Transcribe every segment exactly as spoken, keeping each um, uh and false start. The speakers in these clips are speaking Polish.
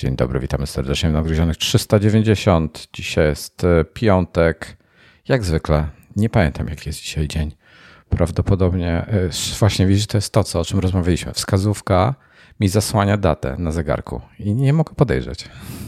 Dzień dobry, witamy serdecznie w Nagryzionych trzysta dziewięćdziesiąt. Dzisiaj jest piątek. Jak zwykle, nie pamiętam jaki jest dzisiaj dzień. Prawdopodobnie, właśnie widzisz, to jest to, co, o czym rozmawialiśmy. Wskazówka mi zasłania datę na zegarku i nie mogę podejrzeć.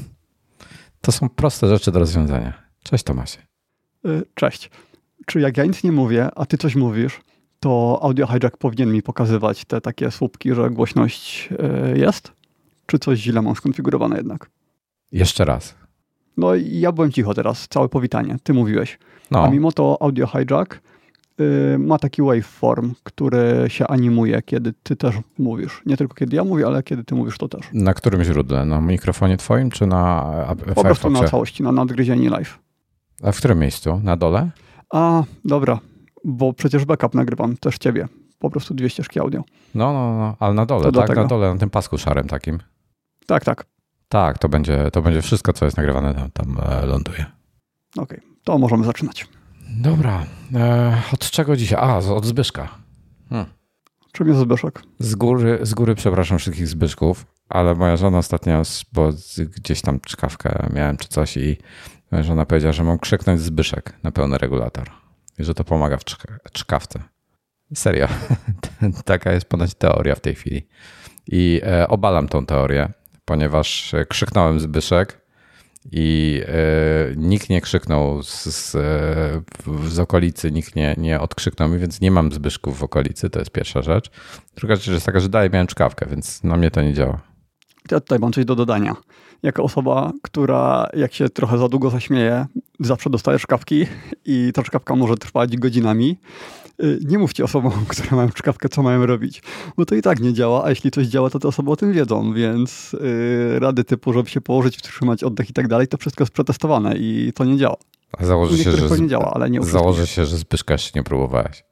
To są proste rzeczy do rozwiązania. Cześć Tomasie. Cześć. Czy jak ja nic nie mówię, a ty coś mówisz, to Audio Hijack powinien mi pokazywać te takie słupki, że głośność jest? Czy coś źle mam skonfigurowane jednak? Jeszcze raz. No i ja byłem cicho teraz, całe powitanie. Ty mówiłeś. No. A mimo to Audio Hijack y, ma taki waveform, który się animuje, kiedy ty też mówisz. Nie tylko kiedy ja mówię, ale kiedy ty mówisz, to też. Na którym źródle? Na mikrofonie twoim czy na Firefoxie? Po prostu na całości, na nadgryzienie live. A w którym miejscu? Na dole? A, dobra, bo przecież backup nagrywam też ciebie. Po prostu dwie ścieżki audio. No, no, no, ale na dole, To tak? dlatego. Na dole, na tym pasku szarym takim. Tak, tak. Tak, to będzie, to będzie wszystko, co jest nagrywane, tam, tam e, ląduje. Okej, okay, to możemy zaczynać. Dobra. E, od czego dzisiaj? A, od Zbyszka. Hmm. Czym jest Zbyszek? Z góry, z góry przepraszam wszystkich Zbyszków, ale moja żona ostatnio, bo gdzieś tam czkawkę miałem czy coś i moja żona powiedziała, że mam krzyknąć Zbyszek na pełny regulator i że to pomaga w czka- czkawce. Serio. Taka jest ponoć teoria w tej chwili. I e, obalam tą teorię, ponieważ krzyknąłem Zbyszek i e, nikt nie krzyknął z, z, z okolicy, nikt nie, nie odkrzyknął mi, więc nie mam Zbyszków w okolicy, to jest pierwsza rzecz. Druga rzecz jest taka, że dalej miałem czkawkę, więc na mnie to nie działa. Ja tutaj mam coś do dodania. Jako osoba, która jak się trochę za długo zaśmieje, zawsze dostaje czkawki i ta czkawka może trwać godzinami. Nie mówcie osobom, które mają czkawkę, co mają robić, bo to i tak nie działa, a jeśli coś działa, to te osoby o tym wiedzą, więc yy, rady typu, żeby się położyć, wstrzymać oddech i tak dalej, to wszystko jest przetestowane i to nie działa. Założę się, że, to nie działa, ale nie u założę się, że Zbyszka jeszcze nie próbowałeś.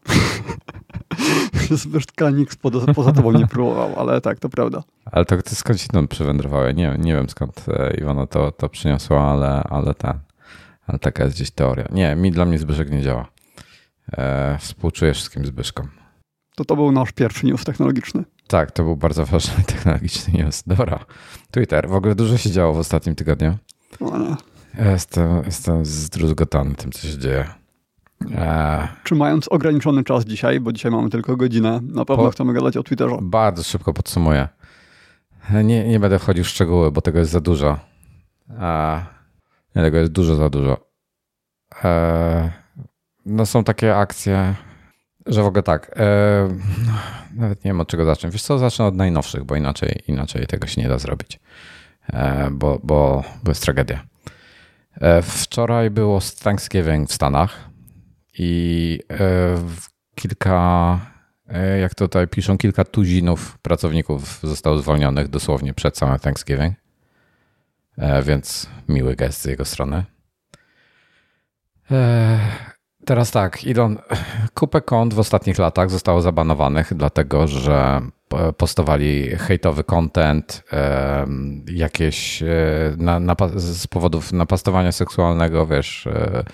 Zbyszka nikt poza, poza tobą nie próbował, ale tak, to prawda. Ale to ty skąd się tam przywędrowały? Nie, nie wiem skąd Iwona to, to przyniosła, ale, ale, ten, ale taka jest gdzieś teoria. Nie, mi dla mnie Zbyszek nie działa. E, współczuję wszystkim Zbyszkom. To to był nasz pierwszy news technologiczny. Tak, to był bardzo ważny technologiczny news. Dobra. Twitter. W ogóle dużo się działo w ostatnim tygodniu. O nie. Ja jestem, jestem zdruzgotany tym, co się dzieje. E... Czy mając ograniczony czas dzisiaj, bo dzisiaj mamy tylko godzinę, na pewno po... chcemy gadać o Twitterze. Bardzo szybko podsumuję. Nie, nie będę wchodził w szczegóły, bo tego jest za dużo. E... Nie, tego jest dużo za dużo. E... No są takie akcje, że w ogóle tak, e... nawet nie wiem od czego zacząć. Wiesz co, zacznę od najnowszych, bo inaczej, inaczej tego się nie da zrobić, e... bo, bo, bo jest tragedia. E... Wczoraj było Thanksgiving w Stanach. I kilka, jak tutaj piszą, kilka tuzinów pracowników zostało zwolnionych dosłownie przed samym Thanksgiving, więc miły gest z jego strony. Teraz tak, Elon, kupę kont w ostatnich latach zostało zabanowanych, dlatego że postowali hejtowy content, jakieś na, na, z powodów napastowania seksualnego, wiesz,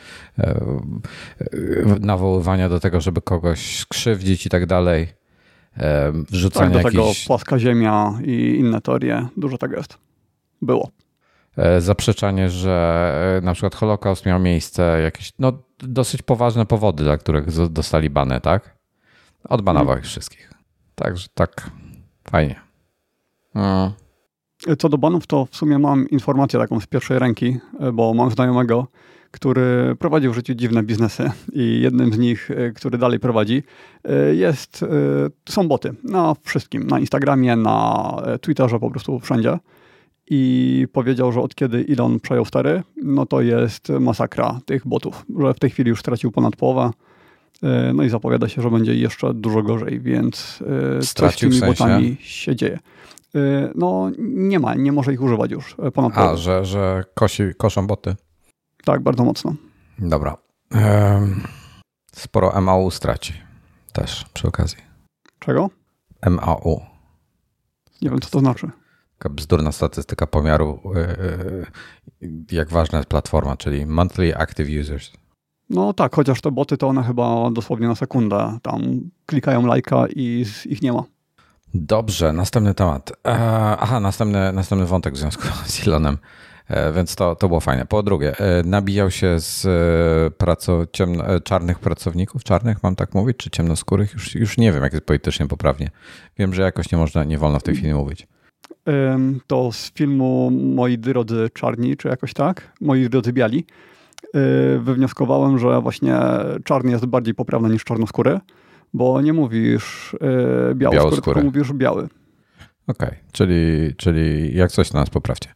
nawoływania do tego, żeby kogoś skrzywdzić i tak dalej, wrzucanie tak, do tego jakichś... płaska ziemia i inne teorie, dużo tego jest. Było. Zaprzeczanie, że na przykład Holokaust miał miejsce, jakieś no, dosyć poważne powody, dla których dostali bany, tak? Odbanował hmm. ich wszystkich. Także tak fajnie. Hmm. Co do banów, to w sumie mam informację taką z pierwszej ręki, bo mam znajomego, który prowadził w życiu dziwne biznesy i jednym z nich, który dalej prowadzi, jest, są boty na wszystkim, na Instagramie, na Twitterze, po prostu wszędzie. I powiedział, że od kiedy Elon przejął stery, no to jest masakra tych botów, że w tej chwili już stracił ponad połowę. No i zapowiada się, że będzie jeszcze dużo gorzej, więc coś z tymi w sensie? botami się dzieje. No nie ma, nie może ich używać już ponad połowę. A, że, że kosi, koszą boty? Tak, bardzo mocno. Dobra. Sporo M A U straci też przy okazji. Czego? M A U. Nie wiem, co to znaczy. Taka bzdurna statystyka pomiaru, jak ważna jest platforma, czyli monthly active users. No tak, chociaż te boty to one chyba dosłownie na sekundę tam klikają lajka i ich nie ma. Dobrze, następny temat. Aha, następny, następny wątek w związku z Elonem, więc to, to było fajne. Po drugie, nabijał się z praco, ciemno, czarnych pracowników, czarnych mam tak mówić, czy ciemnoskórych? Już, już nie wiem, jak jest politycznie poprawnie. Wiem, że jakoś nie można, nie wolno w tej chwili mówić. To z filmu Moi drodzy czarni, czy jakoś tak? Moi drodzy biali. Wywnioskowałem, że właśnie czarny jest bardziej poprawny niż czarnoskóry, bo nie mówisz białoskóry, tylko mówisz biały. Okej, okay. czyli, czyli jak coś na nas poprawcie.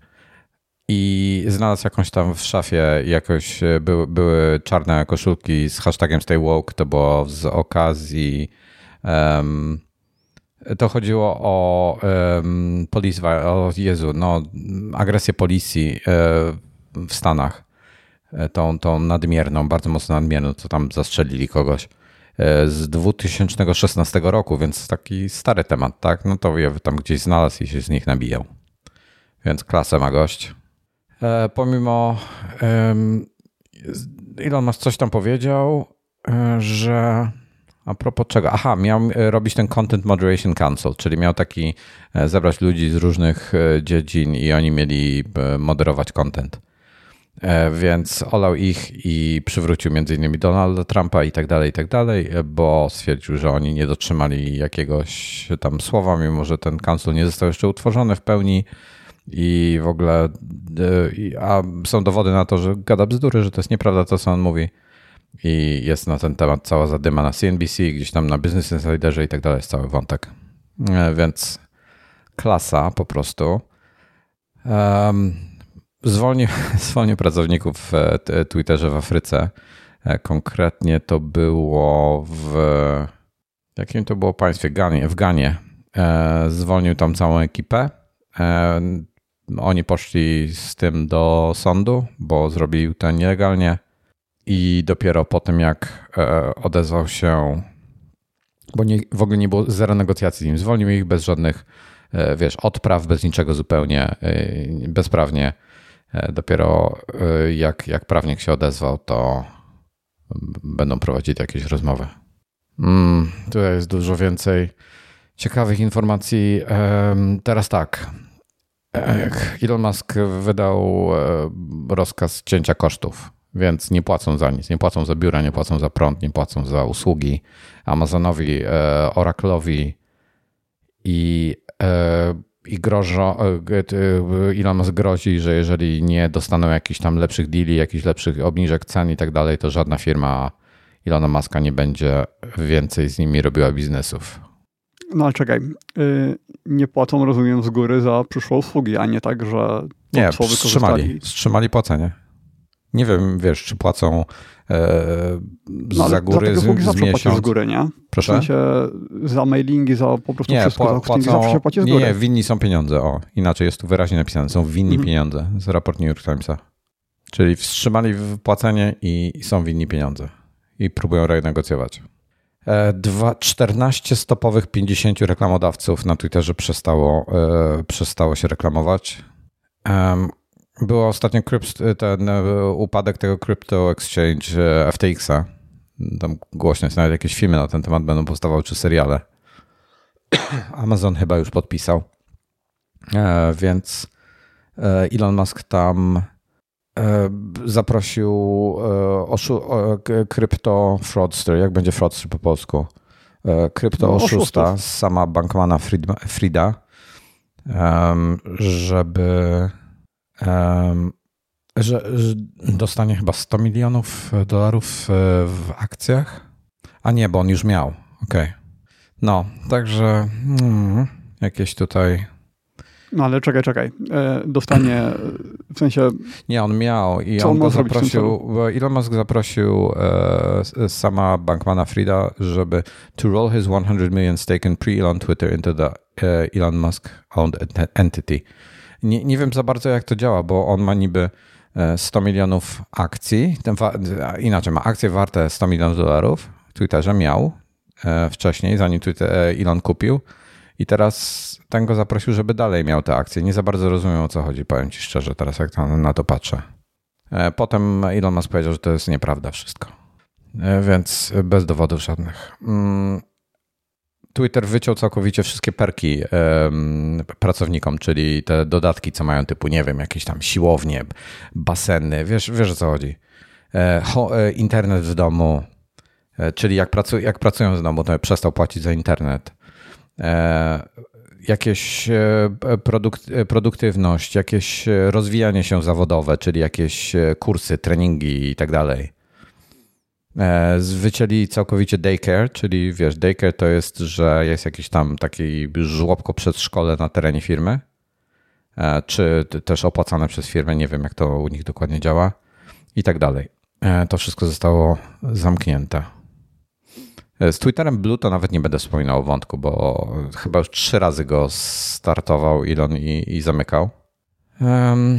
I znalazł jakąś tam w szafie, jakoś były, były czarne koszulki z hashtagiem Stay Woke, to było z okazji, um, to chodziło o um, police, o Jezu, no agresję policji w Stanach, tą, tą nadmierną, bardzo mocno nadmierną, co tam zastrzelili kogoś z dwa tysiące szesnastego roku, więc taki stary temat, tak? No to je tam gdzieś znalazł i się z nich nabijał. Więc klasę ma gość. E, pomimo um, Elon Musk coś tam powiedział, e, że a propos czego? Aha, miał robić ten Content Moderation Council, czyli miał taki e, zebrać ludzi z różnych e, dziedzin i oni mieli e, moderować content. E, więc olał ich i przywrócił między innymi Donalda Trumpa i tak dalej, i tak dalej, bo stwierdził, że oni nie dotrzymali jakiegoś tam słowa, mimo że ten council nie został jeszcze utworzony w pełni. I w ogóle, a są dowody na to, że gada bzdury, że to jest nieprawda to, co on mówi. I jest na ten temat cała zadyma na C N B C, gdzieś tam na Business Insiderze i tak dalej, jest cały wątek. Więc klasa po prostu. Um, zwolnił, zwolnił pracowników w Twitterze w Afryce. Konkretnie to było w jakim to było państwie? Ganie, w Ganie. Zwolnił tam całą ekipę. Oni poszli z tym do sądu, bo zrobił to nielegalnie i dopiero po tym, jak odezwał się, bo nie, w ogóle nie było zero negocjacji z nim, zwolnił ich bez żadnych, wiesz, odpraw, bez niczego zupełnie, bezprawnie. Dopiero jak, jak prawnik się odezwał, to będą prowadzić jakieś rozmowy. Mm, tutaj jest dużo więcej ciekawych informacji. Teraz tak. Elon Musk wydał rozkaz cięcia kosztów, więc nie płacą za nic. Nie płacą za biura, nie płacą za prąd, nie płacą za usługi Amazonowi, Oracle'owi i, i grożą, Elon Musk grozi, że jeżeli nie dostaną jakichś tam lepszych deali, jakichś lepszych obniżek cen i tak dalej, to żadna firma Elona Muska nie będzie więcej z nimi robiła biznesów. No ale czekaj, yy, nie płacą, rozumiem, z góry za przyszłe usługi, a nie tak, że to, nie, co wstrzymali, wstrzymali płacenie. Nie wiem, wiesz, czy płacą e, no, za góry za z, usługi z zawsze miesiąc. płacisz z góry, nie? Proszę? W sensie za mailingi, za po prostu nie, wszystko, pła, za hostingi płacą, zawsze się płaci z góry. Nie, nie, winni są pieniądze, o, inaczej jest tu wyraźnie napisane, są winni mhm. pieniądze, z raport New York Timesa. Czyli wstrzymali płacenie i, i są winni pieniądze i próbują renegocjować. Dwa, czternaście stopowych pięćdziesięciu reklamodawców na Twitterze przestało, e, przestało się reklamować. Um, Było ostatnio krypt, ten upadek tego crypto exchange F T X-a. Tam głośno jest, nawet jakieś filmy na ten temat będą powstawały, czy seriale. Amazon chyba już podpisał. E, więc Elon Musk tam e, zaprosił e, oszu, e, krypto fraudster, jak będzie fraudster po polsku? E, krypto no, oszusta z sama Bankmana Frida, Frida um, żeby Um, że, że dostanie chyba sto milionów dolarów w akcjach? A nie, bo on już miał. Okej. Okay. No, także mm, jakieś tutaj... No ale czekaj, czekaj. Dostanie w sensie... Nie, on miał i on, on go zaprosił, bo Elon Musk zaprosił e, sama Bankmana Frida, żeby to roll his one hundred million stake in pre-Elon Twitter into the uh, Elon Musk owned entity. Nie, nie wiem za bardzo, jak to działa, bo on ma niby sto milionów akcji. Ten wa- inaczej, ma akcje warte sto milionów dolarów. W Twitterze miał e, wcześniej, zanim Twitter, e, Elon kupił. I teraz ten go zaprosił, żeby dalej miał te akcje. Nie za bardzo rozumiem, o co chodzi, powiem ci szczerze, teraz jak to, na to patrzę. E, potem Elon Musk powiedział, że to jest nieprawda wszystko. E, więc bez dowodów żadnych. Mm. Twitter wyciął całkowicie wszystkie perki um, pracownikom, czyli te dodatki, co mają typu, nie wiem, jakieś tam siłownie, baseny, wiesz, wiesz o co chodzi. E, ho, e, internet w domu, e, czyli jak, pracu, jak pracują z domu, to przestał płacić za internet. E, jakieś e, produk, produktywność, jakieś rozwijanie się zawodowe, czyli jakieś kursy, treningi i tak dalej. Wycięli całkowicie daycare, czyli wiesz, daycare to jest, że jest jakiś tam taki żłobko przedszkole na terenie firmy, czy też opłacane przez firmę, nie wiem jak to u nich dokładnie działa i tak dalej. To wszystko zostało zamknięte. Z Twitterem Blue to nawet nie będę wspominał o wątku, bo chyba już trzy razy go startował Elon i, i zamykał. Um,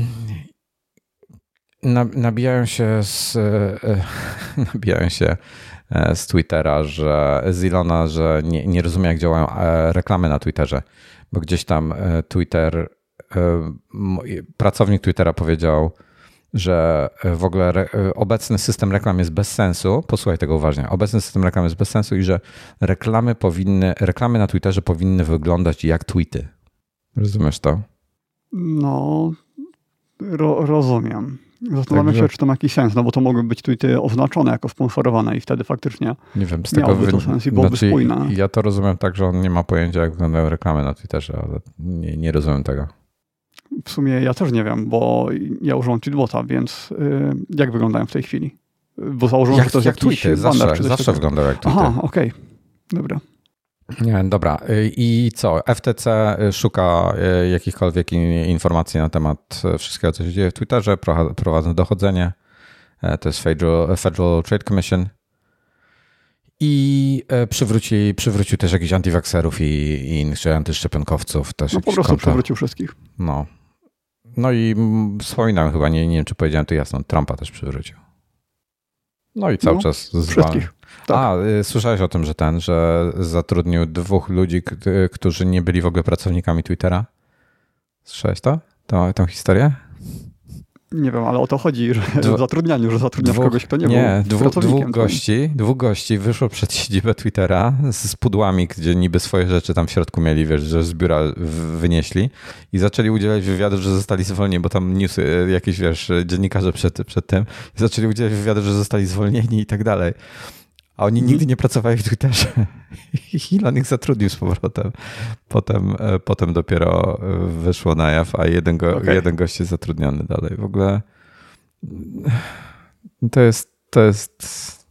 Nabijają się z, nabijają się z Twittera, że z Elona, że nie, nie rozumie, jak działają reklamy na Twitterze, bo gdzieś tam Twitter, pracownik Twittera powiedział, że w ogóle re, obecny system reklam jest bez sensu. Posłuchaj tego uważnie. Obecny system reklam jest bez sensu i że reklamy powinny, reklamy na Twitterze powinny wyglądać jak tweety. Rozumiesz to? No, ro, rozumiem. Zastanawiam się, czy to ma jakiś sens, no bo to mogły być tweety oznaczone jako sponsorowane i wtedy faktycznie nie wiem, z tego miałoby wy... to sens i byłoby znaczy, spójne. Ja to rozumiem tak, że on nie ma pojęcia, jak wyglądają reklamy na Twitterze, ale nie, nie rozumiem tego. W sumie ja też nie wiem, bo ja używam tweetbota, więc yy, jak wyglądają w tej chwili? Bo założyłem, jak, że to jest jak jakiś tweety, zawsze, zawsze wyglądają jak tweety. Aha, okej. Okay. Dobra. Nie, dobra. I co? F T C szuka jakichkolwiek informacji na temat wszystkiego, co się dzieje w Twitterze, prowadzą dochodzenie. To jest Federal, Federal Trade Commission. I przywróci, przywrócił też jakichś antiwakserów i, i innych, czy antyszczepionkowców. Też no po prostu konta. Przywrócił wszystkich. No. No i wspominałem chyba, nie, nie wiem, czy powiedziałem to jasno, Trumpa też przywrócił. No i cały no, czas wszystkich. Tak. A, y, słyszałeś o tym, że ten, że zatrudnił dwóch ludzi, k- którzy nie byli w ogóle pracownikami Twittera? Słyszałeś to? Tą, tą historię? Nie wiem, ale o to chodzi, że Dwu, w zatrudnianiu, że zatrudniasz dwóch, kogoś, kto nie, nie był dwóch, dwóch gości, dwóch gości wyszło przed siedzibę Twittera z, z pudłami, gdzie niby swoje rzeczy tam w środku mieli, wiesz, że z biura wynieśli i zaczęli udzielać wywiadów, że zostali zwolnieni, bo tam newsy, jakieś, wiesz, dziennikarze przed, przed tym, i zaczęli udzielać wywiadów, że zostali zwolnieni i tak dalej. A oni nigdy nie pracowali w Twitterze. I Elon ich zatrudnił z powrotem. Potem, potem dopiero wyszło na jaw, a jeden, go, okay. jeden gość jest zatrudniony dalej. W ogóle to jest, to jest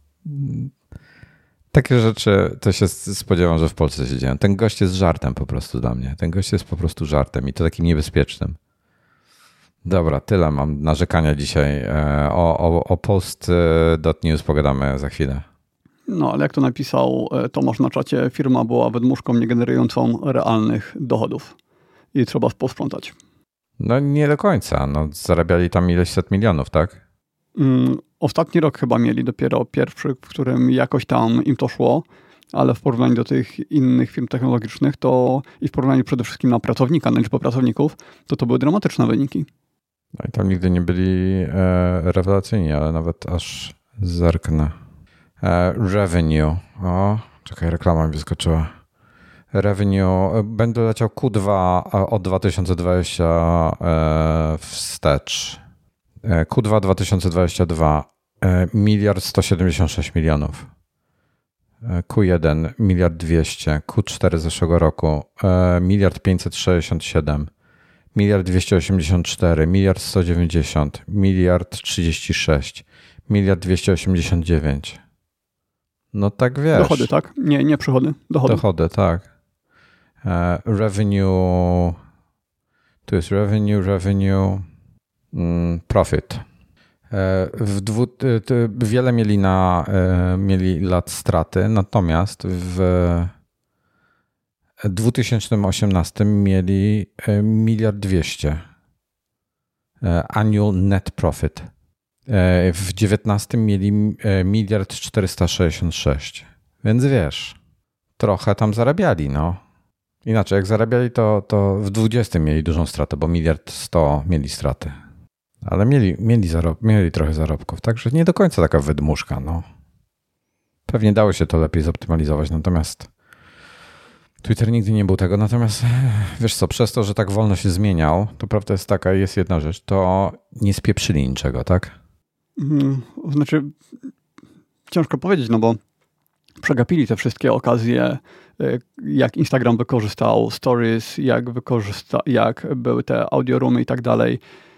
takie rzeczy, to się spodziewam, że w Polsce się dzieją. Ten gość jest żartem po prostu dla mnie. Ten gość jest po prostu żartem i to takim niebezpiecznym. Dobra, tyle mam narzekania dzisiaj. O, o, o post dot news pogadamy za chwilę. No, ale jak to napisał Tomasz na czacie, firma była wydmuszką nie generującą realnych dochodów i trzeba posprzątać. No nie do końca. No, zarabiali tam ileś set milionów, tak? Mm, ostatni rok chyba mieli dopiero pierwszy, w którym jakoś tam im to szło, ale w porównaniu do tych innych firm technologicznych to i w porównaniu przede wszystkim na pracownika, na liczbę pracowników, to to były dramatyczne wyniki. No i tam nigdy nie byli e, rewelacyjni, ale nawet aż zerknę. Revenue. O, czekaj, reklama mi wyskoczyła. Revenue. Będę leciał Q dwa od dwa tysiące dwudziestego wstecz. Q dwa dwa tysiące dwudziesty drugi miliard sto siedemdziesiąt sześć milionów. Q jeden miliard dwieście. Q cztery zeszłego roku miliard pięćset sześćdziesiąt siedem. Miliard dwieście osiemdziesiąt cztery. Miliard sto dziewięćdziesiąt. Miliard trzydzieści sześć. Miliard dwieście osiemdziesiąt dziewięć. No tak wiesz. Dochody, tak? Nie, nie przychody. Dochody. Dochody, tak. Uh, revenue. Tu jest revenue, revenue, mm, profit. Uh, w dwu, ty, ty, wiele mieli, na, uh, mieli lat straty, natomiast w dwa tysiące osiemnastym mieli uh, miliard dwieście. Uh, annual net profit. W dziewiętnastym mieli miliard czterysta sześćdziesiąt sześć. Więc wiesz, trochę tam zarabiali, no. Inaczej, jak zarabiali, to, to w dwudziestym mieli dużą stratę, bo miliard sto mieli straty. Ale mieli, mieli, zarob- mieli trochę zarobków, także nie do końca taka wydmuszka, no. Pewnie dało się to lepiej zoptymalizować, natomiast Twitter nigdy nie był tego, natomiast wiesz co, przez to, że tak wolno się zmieniał, to prawda jest taka, jest jedna rzecz, to nie spieprzyli niczego, tak? Hmm, znaczy, ciężko powiedzieć, no bo przegapili te wszystkie okazje, jak Instagram wykorzystał stories, jak, wykorzysta, jak były te audioroomy i tak dalej.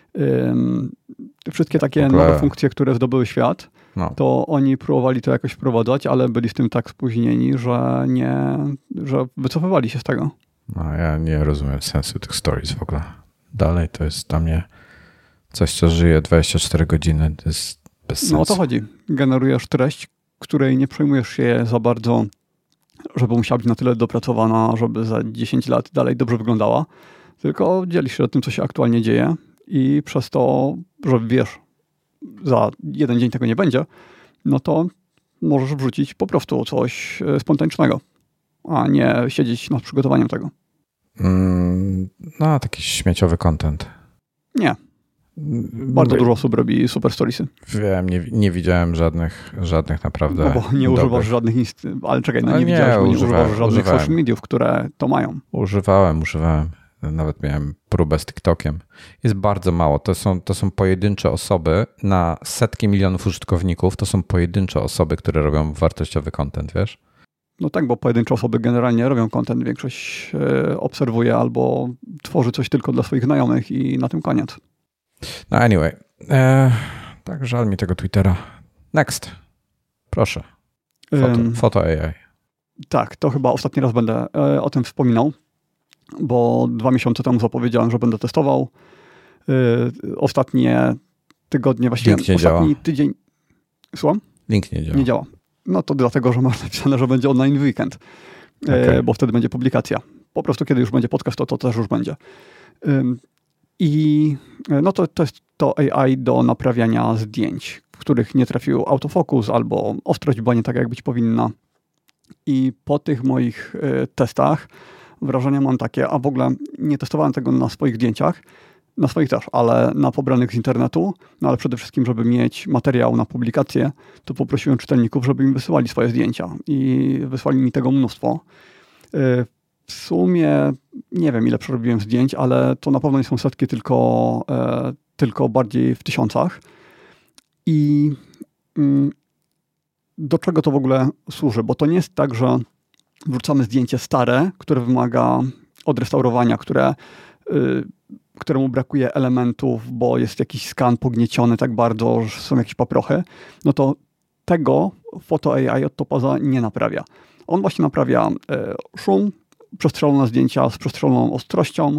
Wszystkie takie ogóle... nowe funkcje, które zdobyły świat, no. To oni próbowali to jakoś wprowadzać, ale byli z tym tak spóźnieni, że nie, że wycofywali się z tego. No ja nie rozumiem sensu tych stories w ogóle. Dalej to jest dla mnie coś, co żyje dwadzieścia cztery godziny, to jest bez sensu. No o to chodzi. Generujesz treść, której nie przejmujesz się za bardzo, żeby musiała być na tyle dopracowana, żeby za dziesięć lat dalej dobrze wyglądała, tylko dzielisz się o tym, co się aktualnie dzieje i przez to, że wiesz, za jeden dzień tego nie będzie, no to możesz wrzucić po prostu coś spontanicznego, a nie siedzieć nad przygotowaniem tego. Mm, no, taki śmieciowy content. Nie. Bardzo dużo osób robi super storiesy. Wiem, nie, nie widziałem żadnych, żadnych naprawdę. No bo nie używasz dobrych. żadnych, inst- ale czekaj, no nie, nie widziałeś, bo nie używasz żadnych używałem. social mediów, które to mają. Używałem, używałem. Nawet miałem próbę z TikTokiem. Jest bardzo mało. To są, to są pojedyncze osoby na setki milionów użytkowników. To są pojedyncze osoby, które robią wartościowy content, wiesz? No tak, bo pojedyncze osoby generalnie robią content. Większość e, obserwuje albo tworzy coś tylko dla swoich znajomych i na tym koniec. No anyway. E, tak, żal mi tego Twittera. Next. Proszę. Foto, um, foto A I. Tak, to chyba ostatni raz będę e, o tym wspominał, bo dwa miesiące temu zapowiedziałem, że będę testował. E, ostatnie tygodnie, właściwie Link nie ostatni działa. tydzień. Słucham? Link nie działa. Nie działa. No to dlatego, że masz napisane, że będzie online w weekend, okay. e, bo wtedy będzie publikacja. Po prostu kiedy już będzie podcast, to to też już będzie. Ym, I no to, to jest to A I do naprawiania zdjęć, w których nie trafił autofokus albo ostrość była nie tak, jak być powinna. I po tych moich y, testach wrażenia mam takie, a w ogóle nie testowałem tego na swoich zdjęciach, na swoich też, ale na pobranych z internetu, no ale przede wszystkim, żeby mieć materiał na publikację, to poprosiłem czytelników, żeby mi wysyłali swoje zdjęcia i wysłali mi tego mnóstwo. Y, W sumie nie wiem, ile przerobiłem zdjęć, ale to na pewno nie są setki, tylko, e, tylko bardziej w tysiącach. I mm, do czego to w ogóle służy? Bo to nie jest tak, że wrzucamy zdjęcie stare, które wymaga odrestaurowania, które, y, któremu brakuje elementów, bo jest jakiś skan pognieciony tak bardzo, że są jakieś paprochy. No to tego Photo A I od Topaza nie naprawia. On właśnie naprawia e, szum, przestrzelone zdjęcia z przestrzeloną ostrością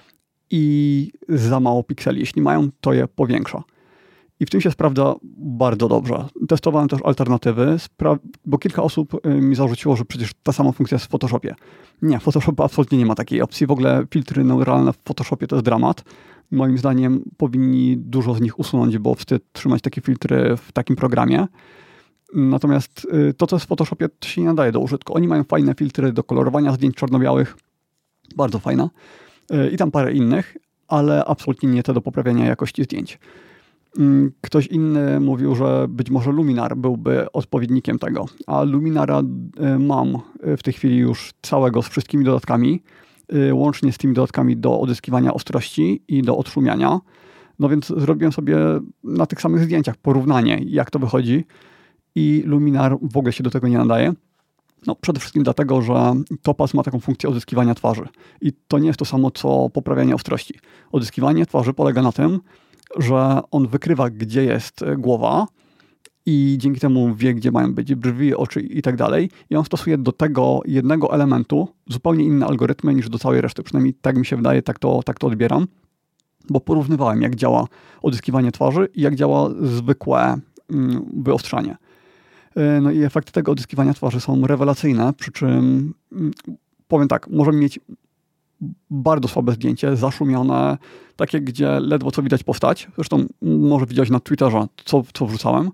i za mało pikseli. Jeśli mają, to je powiększa. I w tym się sprawdza bardzo dobrze. Testowałem też alternatywy, bo kilka osób mi zarzuciło, że przecież ta sama funkcja jest w Photoshopie. Nie, w Photoshopie absolutnie nie ma takiej opcji. W ogóle filtry neuralne w Photoshopie to jest dramat. Moim zdaniem powinni dużo z nich usunąć, bo wstyd trzymać takie filtry w takim programie. Natomiast to, co jest w Photoshopie, to się nie nadaje do użytku. Oni mają fajne filtry do kolorowania zdjęć czarno-białych. Bardzo fajne. I tam parę innych, ale absolutnie nie te do poprawiania jakości zdjęć. Ktoś inny mówił, że być może Luminar byłby odpowiednikiem tego. A Luminara mam w tej chwili już całego z wszystkimi dodatkami, łącznie z tymi dodatkami do odzyskiwania ostrości i do odszumiania. No więc zrobiłem sobie na tych samych zdjęciach porównanie, jak to wychodzi. I Luminar w ogóle się do tego nie nadaje. No przede wszystkim dlatego, że Topaz ma taką funkcję odzyskiwania twarzy. I to nie jest to samo, co poprawianie ostrości. Odzyskiwanie twarzy polega na tym, że on wykrywa, gdzie jest głowa i dzięki temu wie, gdzie mają być brwi, oczy i tak dalej. I on stosuje do tego jednego elementu zupełnie inne algorytmy niż do całej reszty. Przynajmniej tak mi się wydaje, tak to, tak to odbieram. Bo porównywałem, jak działa odzyskiwanie twarzy i jak działa zwykłe mm, wyostrzanie. No i efekty tego odzyskiwania twarzy są rewelacyjne, przy czym powiem tak, możemy mieć bardzo słabe zdjęcie, zaszumione, takie, gdzie ledwo co widać postać. Zresztą może widziałeś na Twitterze, co, co wrzucałem.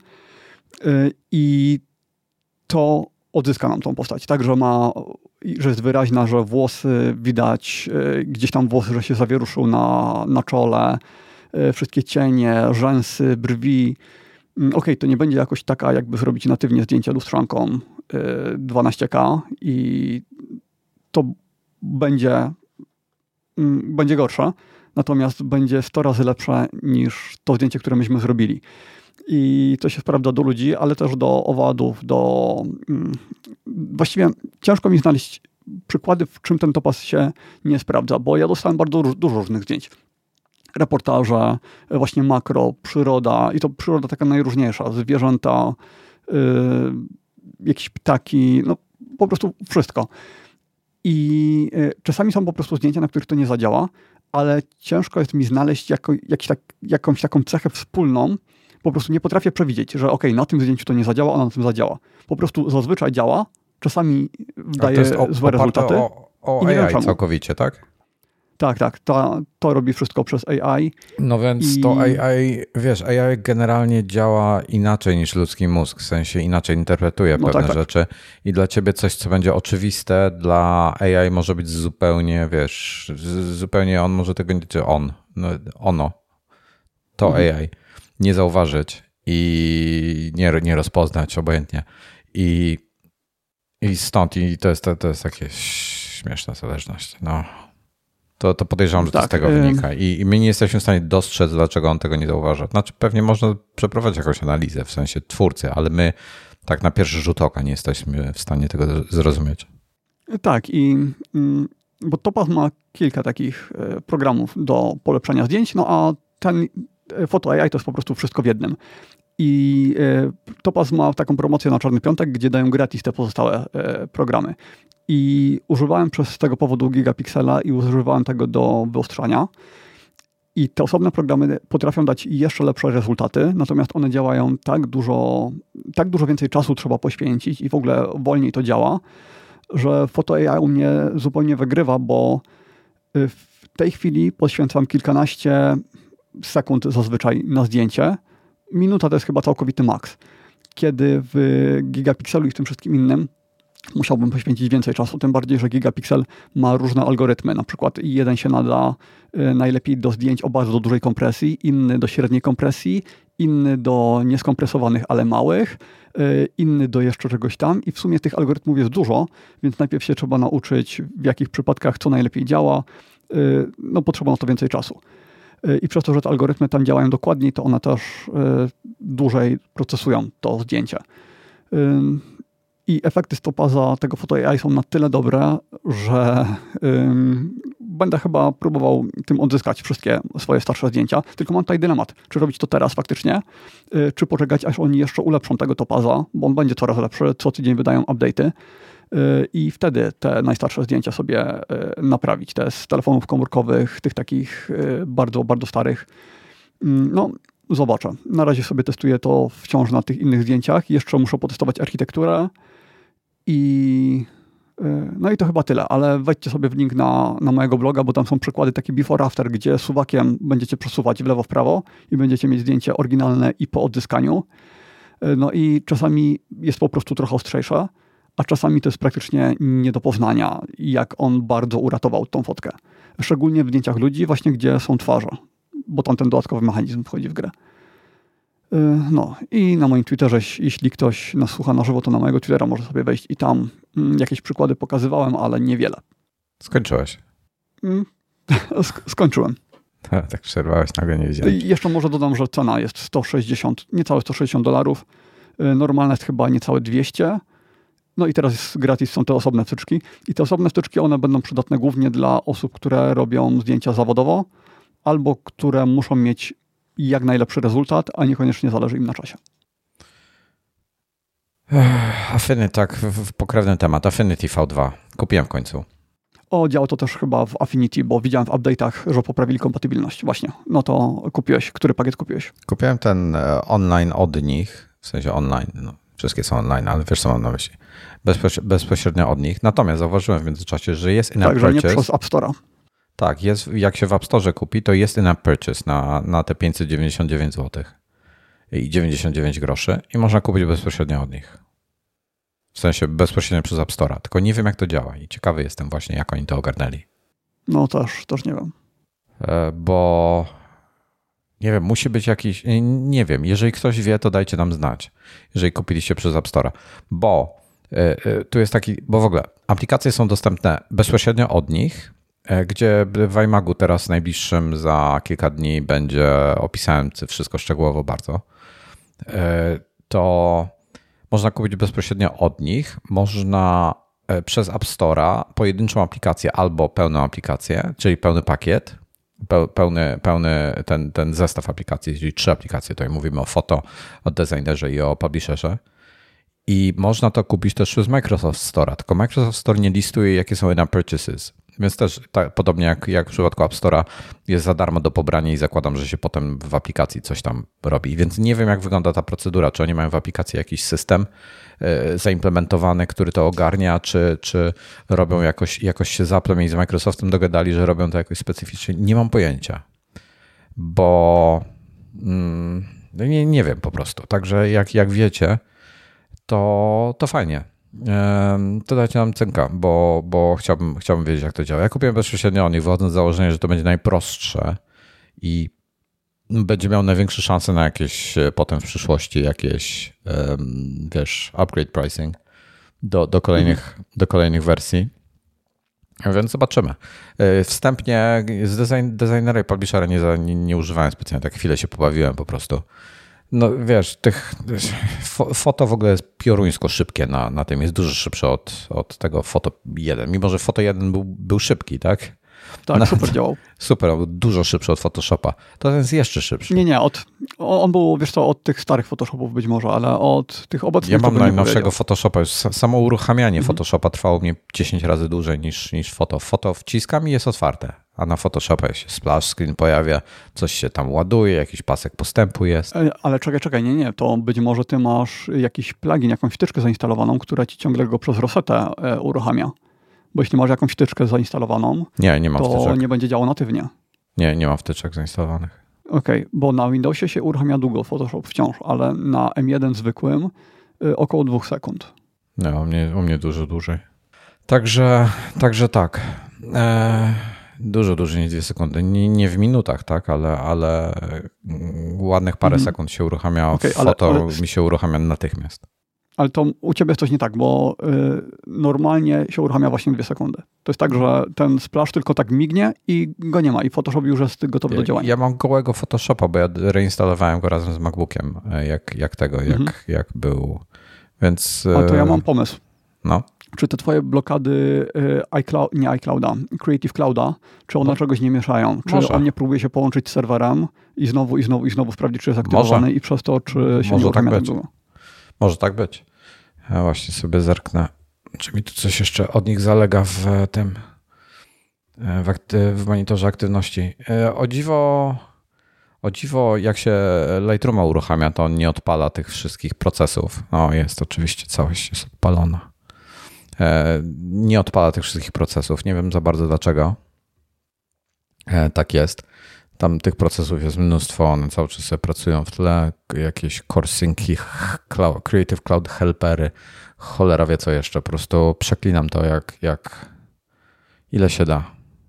I to odzyska nam tą postać. Tak, że ma, że jest wyraźna, że włosy widać, gdzieś tam włosy, że się zawieruszył na, na czole, wszystkie cienie, rzęsy, brwi. Okej, okay, to nie będzie jakoś taka, jakby zrobić natywnie zdjęcie lustrzanką dwanaście K i to będzie, będzie gorsze, natomiast będzie sto razy lepsze niż to zdjęcie, które myśmy zrobili. I to się sprawdza do ludzi, ale też do owadów, do... Właściwie ciężko mi znaleźć przykłady, w czym ten topaz się nie sprawdza, bo ja dostałem bardzo dużo różnych zdjęć. Reportaże, właśnie makro, przyroda i to przyroda taka najróżniejsza, zwierzęta, yy, jakieś ptaki, no po prostu wszystko. I yy, czasami są po prostu zdjęcia, na których to nie zadziała, ale ciężko jest mi znaleźć jako, jakiś tak, jakąś taką cechę wspólną. Po prostu nie potrafię przewidzieć, że okej, na tym zdjęciu to nie zadziała, a na tym zadziała. Po prostu zazwyczaj działa, czasami daje o, złe rezultaty. O, o i nie A I wiem czemu. całkowicie, tak? Tak, tak. To, to robi wszystko przez A I. No więc I... to A I, wiesz, A I generalnie działa inaczej niż ludzki mózg, w sensie inaczej interpretuje no pewne tak, tak. rzeczy i dla ciebie coś, co będzie oczywiste, dla A I może być zupełnie, wiesz, zupełnie on może tego nie, czy on, no, ono, to mhm. A I, nie zauważyć i nie, nie rozpoznać obojętnie. I, i stąd, i to jest, to, to jest takie śmieszna zależność, no. To, to podejrzewam, że tak, to z tego y- wynika. I, I my nie jesteśmy w stanie dostrzec, dlaczego on tego nie zauważa. Znaczy pewnie można przeprowadzić jakąś analizę, w sensie twórcy, ale my tak na pierwszy rzut oka nie jesteśmy w stanie tego zrozumieć. Tak, i bo Topaz ma kilka takich programów do polepszania zdjęć, no a ten Photo A I to jest po prostu wszystko w jednym. I Topaz ma taką promocję na Czarny Piątek, gdzie dają gratis te pozostałe programy. I używałem przez tego powodu Gigapixela i używałem tego do wyostrzania. I te osobne programy potrafią dać jeszcze lepsze rezultaty, natomiast one działają tak dużo, tak dużo więcej czasu trzeba poświęcić i w ogóle wolniej to działa, że Photo A I u mnie zupełnie wygrywa, bo w tej chwili poświęcam kilkanaście sekund zazwyczaj na zdjęcie. Minuta to jest chyba całkowity maks. Kiedy w Gigapixelu i w tym wszystkim innym musiałbym poświęcić więcej czasu, tym bardziej, że Gigapixel ma różne algorytmy. Na przykład jeden się nada najlepiej do zdjęć o bardzo dużej kompresji, inny do średniej kompresji, inny do nieskompresowanych, ale małych, inny do jeszcze czegoś tam i w sumie tych algorytmów jest dużo, więc najpierw się trzeba nauczyć, w jakich przypadkach co najlepiej działa. No potrzeba na to więcej czasu. I przez to, że te algorytmy tam działają dokładniej, to one też dłużej procesują to zdjęcie. I efekty z Topaza tego Photo A I są na tyle dobre, że ym, będę chyba próbował tym odzyskać wszystkie swoje starsze zdjęcia. Tylko mam tutaj dylemat, czy robić to teraz faktycznie, y, czy poczekać, aż oni jeszcze ulepszą tego Topaza, bo on będzie coraz lepszy, co tydzień wydają update'y y, i wtedy te najstarsze zdjęcia sobie y, naprawić. Te z telefonów komórkowych, tych takich y, bardzo, bardzo starych. Y, no, zobaczę. Na razie sobie testuję to wciąż na tych innych zdjęciach. Jeszcze muszę potestować architekturę. I no i to chyba tyle, ale wejdźcie sobie w link na, na mojego bloga, bo tam są przykłady takie before after, gdzie suwakiem będziecie przesuwać w lewo w prawo i będziecie mieć zdjęcie oryginalne i po odzyskaniu. No i czasami jest po prostu trochę ostrzejsze, a czasami to jest praktycznie nie do poznania, jak on bardzo uratował tą fotkę. Szczególnie w zdjęciach ludzi właśnie, gdzie są twarze, bo tam ten dodatkowy mechanizm wchodzi w grę. No i na moim Twitterze, jeśli ktoś nas słucha na żywo, to na mojego Twittera może sobie wejść i tam jakieś przykłady pokazywałem, ale niewiele. Skończyłeś? Sk- skończyłem. Tak, tak przerwałeś, nagle nie wiedziałem. I jeszcze może dodam, że cena jest sto sześćdziesiąt, niecałe sto sześćdziesiąt dolarów. Normalne jest chyba niecałe dwieście. No i teraz jest gratis, są te osobne wtyczki. I te osobne wtyczki, one będą przydatne głównie dla osób, które robią zdjęcia zawodowo albo które muszą mieć jak najlepszy rezultat, a niekoniecznie zależy im na czasie. Affinity, tak, w pokrewny temat. Affinity V dwa. Kupiłem w końcu. O, działa to też chyba w Affinity, bo widziałem w update'ach, że poprawili kompatybilność. Właśnie. No to kupiłeś. Który pakiet kupiłeś? Kupiłem ten online od nich, w sensie online. No, wszystkie są online, ale wiesz co mam na myśli. Bezpośrednio od nich. Natomiast zauważyłem w międzyczasie, że jest in-app purchase. Tak, że nie przez App Store'a. Tak, jest, jak się w App Store kupi, to jest in-app purchase na, na te pięćset dziewięćdziesiąt dziewięć złotych i dziewięćdziesiąt dziewięć groszy i można kupić bezpośrednio od nich. W sensie bezpośrednio przez App Store'a. Tylko nie wiem, jak to działa i ciekawy jestem właśnie, jak oni to ogarnęli. No też, też nie wiem. Bo nie wiem, musi być jakiś, nie wiem, jeżeli ktoś wie, to dajcie nam znać, jeżeli kupiliście przez App Store'a. Bo Tu jest taki, bo w ogóle aplikacje są dostępne bezpośrednio od nich, gdzie w iMagu teraz najbliższym za kilka dni będzie, opisałem wszystko szczegółowo bardzo, to można kupić bezpośrednio od nich, można przez App Store'a pojedynczą aplikację albo pełną aplikację, czyli pełny pakiet, pełny, pełny ten, ten zestaw aplikacji, czyli trzy aplikacje, tutaj mówimy o foto, o designerze i o publisherze. I można to kupić też przez Microsoft Store'a, tylko Microsoft Store nie listuje, jakie są in-app purchases. Więc też tak, podobnie jak, jak w przypadku App Store'a jest za darmo do pobrania i zakładam, że się potem w aplikacji coś tam robi. Więc nie wiem, jak wygląda ta procedura. Czy oni mają w aplikacji jakiś system y, zaimplementowany, który to ogarnia, czy, czy robią jakoś, jakoś się z Applem i z Microsoftem dogadali, że robią to jakoś specyficznie. Nie mam pojęcia, bo mm, nie, nie wiem po prostu. Także jak, jak wiecie, to, to fajnie. To dajcie nam cynka, bo, bo chciałbym, chciałbym wiedzieć, jak to działa. Ja kupiłem bezpośrednio od nich, wychodząc z założenia, że to będzie najprostsze i będzie miał największe szanse na jakieś potem w przyszłości jakieś, wiesz, upgrade pricing do, do, kolejnych, mhm. do kolejnych wersji. Więc zobaczymy. Wstępnie z design, designera i publishera nie, nie, nie używałem specjalnie, tak chwilę się pobawiłem po prostu. No wiesz, tych foto w ogóle jest pioruńsko szybkie na, na tym, jest dużo szybsze od, od tego Foto jeden, mimo że Foto jeden był, był szybki, tak? Tak, no, super działał. Super, on był dużo szybszy od Photoshopa. To ten jest jeszcze szybszy. Nie, nie, od, on był, wiesz co, od tych starych Photoshopów być może, ale od tych obecnych... Ja mam najnowszego Photoshopa, już samo uruchamianie mhm. Photoshopa trwało mnie dziesięć razy dłużej niż, niż Foto. Foto wciskam i jest otwarte, a na Photoshopie się splash screen pojawia, coś się tam ładuje, jakiś pasek postępu jest. Ale czekaj, czekaj, nie, nie, to być może ty masz jakiś plugin, jakąś wtyczkę zainstalowaną, która ci ciągle go przez Rosetę uruchamia. Bo jeśli masz jakąś wtyczkę zainstalowaną, nie, nie mam to wtyczek. nie będzie działo natywnie. Nie, nie mam wtyczek zainstalowanych. Okej, okay, bo na Windowsie się uruchamia długo Photoshop wciąż, ale na M jeden zwykłym y, około dwóch sekund. No, u mnie, u mnie dużo dłużej. Także, także tak. E, dużo dłużej niż dwie sekundy. Nie, nie w minutach, tak, ale, ale ładnych parę mm. sekund się uruchamia. Okay, Foto ale, ale... mi się uruchamia natychmiast. Ale to u ciebie jest coś nie tak, bo y, normalnie się uruchamia właśnie dwie sekundy. To jest tak, że ten splash tylko tak mignie i go nie ma i Photoshop już jest gotowy ja, do działania. Ja mam gołego Photoshopa, bo ja reinstalowałem go razem z MacBookiem, jak, jak tego, mhm. jak, jak był. Więc... A to ja mam pomysł. No. Czy te twoje blokady y, iCloud, nie iClouda, Creative Clouda, czy one no. czegoś nie mieszają? Czy Może. on nie próbuje się połączyć z serwerem i znowu, i znowu, i znowu sprawdzić, czy jest aktywowany Może. i przez to, czy się Może nie uruchamia tak tak długo? Może tak być. Ja właśnie sobie zerknę, czy mi tu coś jeszcze od nich zalega w tym, w, akty, w monitorze aktywności. O dziwo, o dziwo, jak się Lightrooma uruchamia, to on nie odpala tych wszystkich procesów. No jest oczywiście, całość jest odpalona. Nie odpala tych wszystkich procesów. Nie wiem za bardzo dlaczego. Tak jest. Tam tych procesów jest mnóstwo, one cały czas sobie pracują w tle, jakieś core synki, Creative Cloud helpery, cholera wie co jeszcze, po prostu przeklinam to jak, jak ile się da.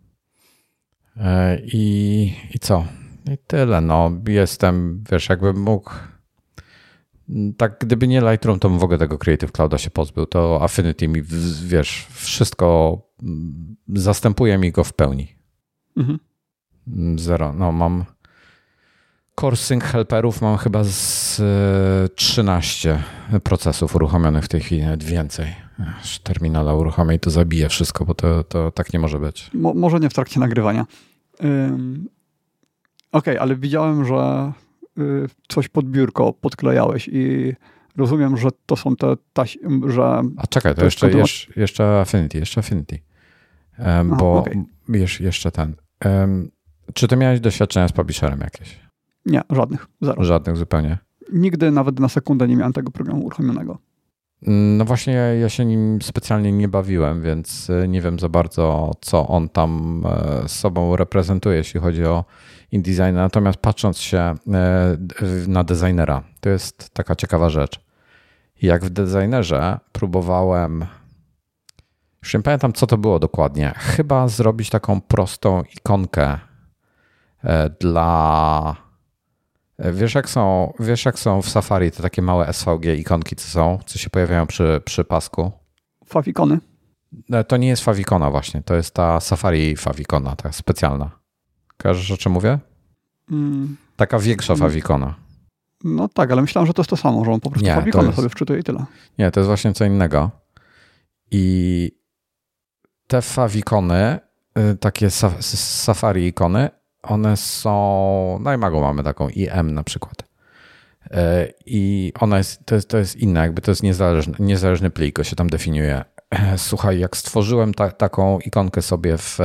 I, i co? I tyle, no jestem, wiesz, jakbym mógł, tak gdyby nie Lightroom, to bym w ogóle tego Creative Clouda się pozbył, to Affinity mi, wiesz, wszystko zastępuje mi go w pełni. Mhm. Zero. No mam Core Sync helperów, mam chyba z trzynaście procesów uruchomionych w tej chwili, nawet więcej. Aż terminala uruchomię i to zabije wszystko, bo to, to tak nie może być. Mo, może nie w trakcie nagrywania. Ym, Okej, okay, ale widziałem, że y, coś pod biurko podklejałeś i rozumiem, że to są te taś, że... A czekaj, to, to jeszcze, jeszcze, jeszcze Affinity, jeszcze Affinity. Um, Aha, bo okay. jeszcze, jeszcze ten... Um, Czy ty miałeś doświadczenia z publisherem jakieś? Nie, żadnych. Zero. Żadnych zupełnie? Nigdy nawet na sekundę nie miałem tego programu uruchomionego. No właśnie ja się nim specjalnie nie bawiłem, więc nie wiem za bardzo, co on tam z sobą reprezentuje, jeśli chodzi o InDesign. Natomiast patrząc się na designera, to jest taka ciekawa rzecz. Jak w designerze próbowałem... Już nie pamiętam, co to było dokładnie. Chyba zrobić taką prostą ikonkę dla Wiesz jak są, wiesz jak są w Safari te takie małe S V G ikonki, co są, co się pojawiają przy, przy pasku? Favikony? To nie jest Favikona właśnie, to jest ta Safari Favikona, ta specjalna. Kojarzysz, o czym mówię? Mm. Taka większa Favikona. No tak, ale myślałem, że to jest to samo, że on po prostu nie, Favikony jest... sobie wczytuje i tyle. Nie, to jest właśnie co innego. I te Favikony, takie Safari ikony, one są, no i Mago mamy taką I M na przykład. I ona jest, to jest, to jest inna, jakby to jest niezależny, niezależny plik, go się tam definiuje. Słuchaj, jak stworzyłem ta, taką ikonkę sobie w,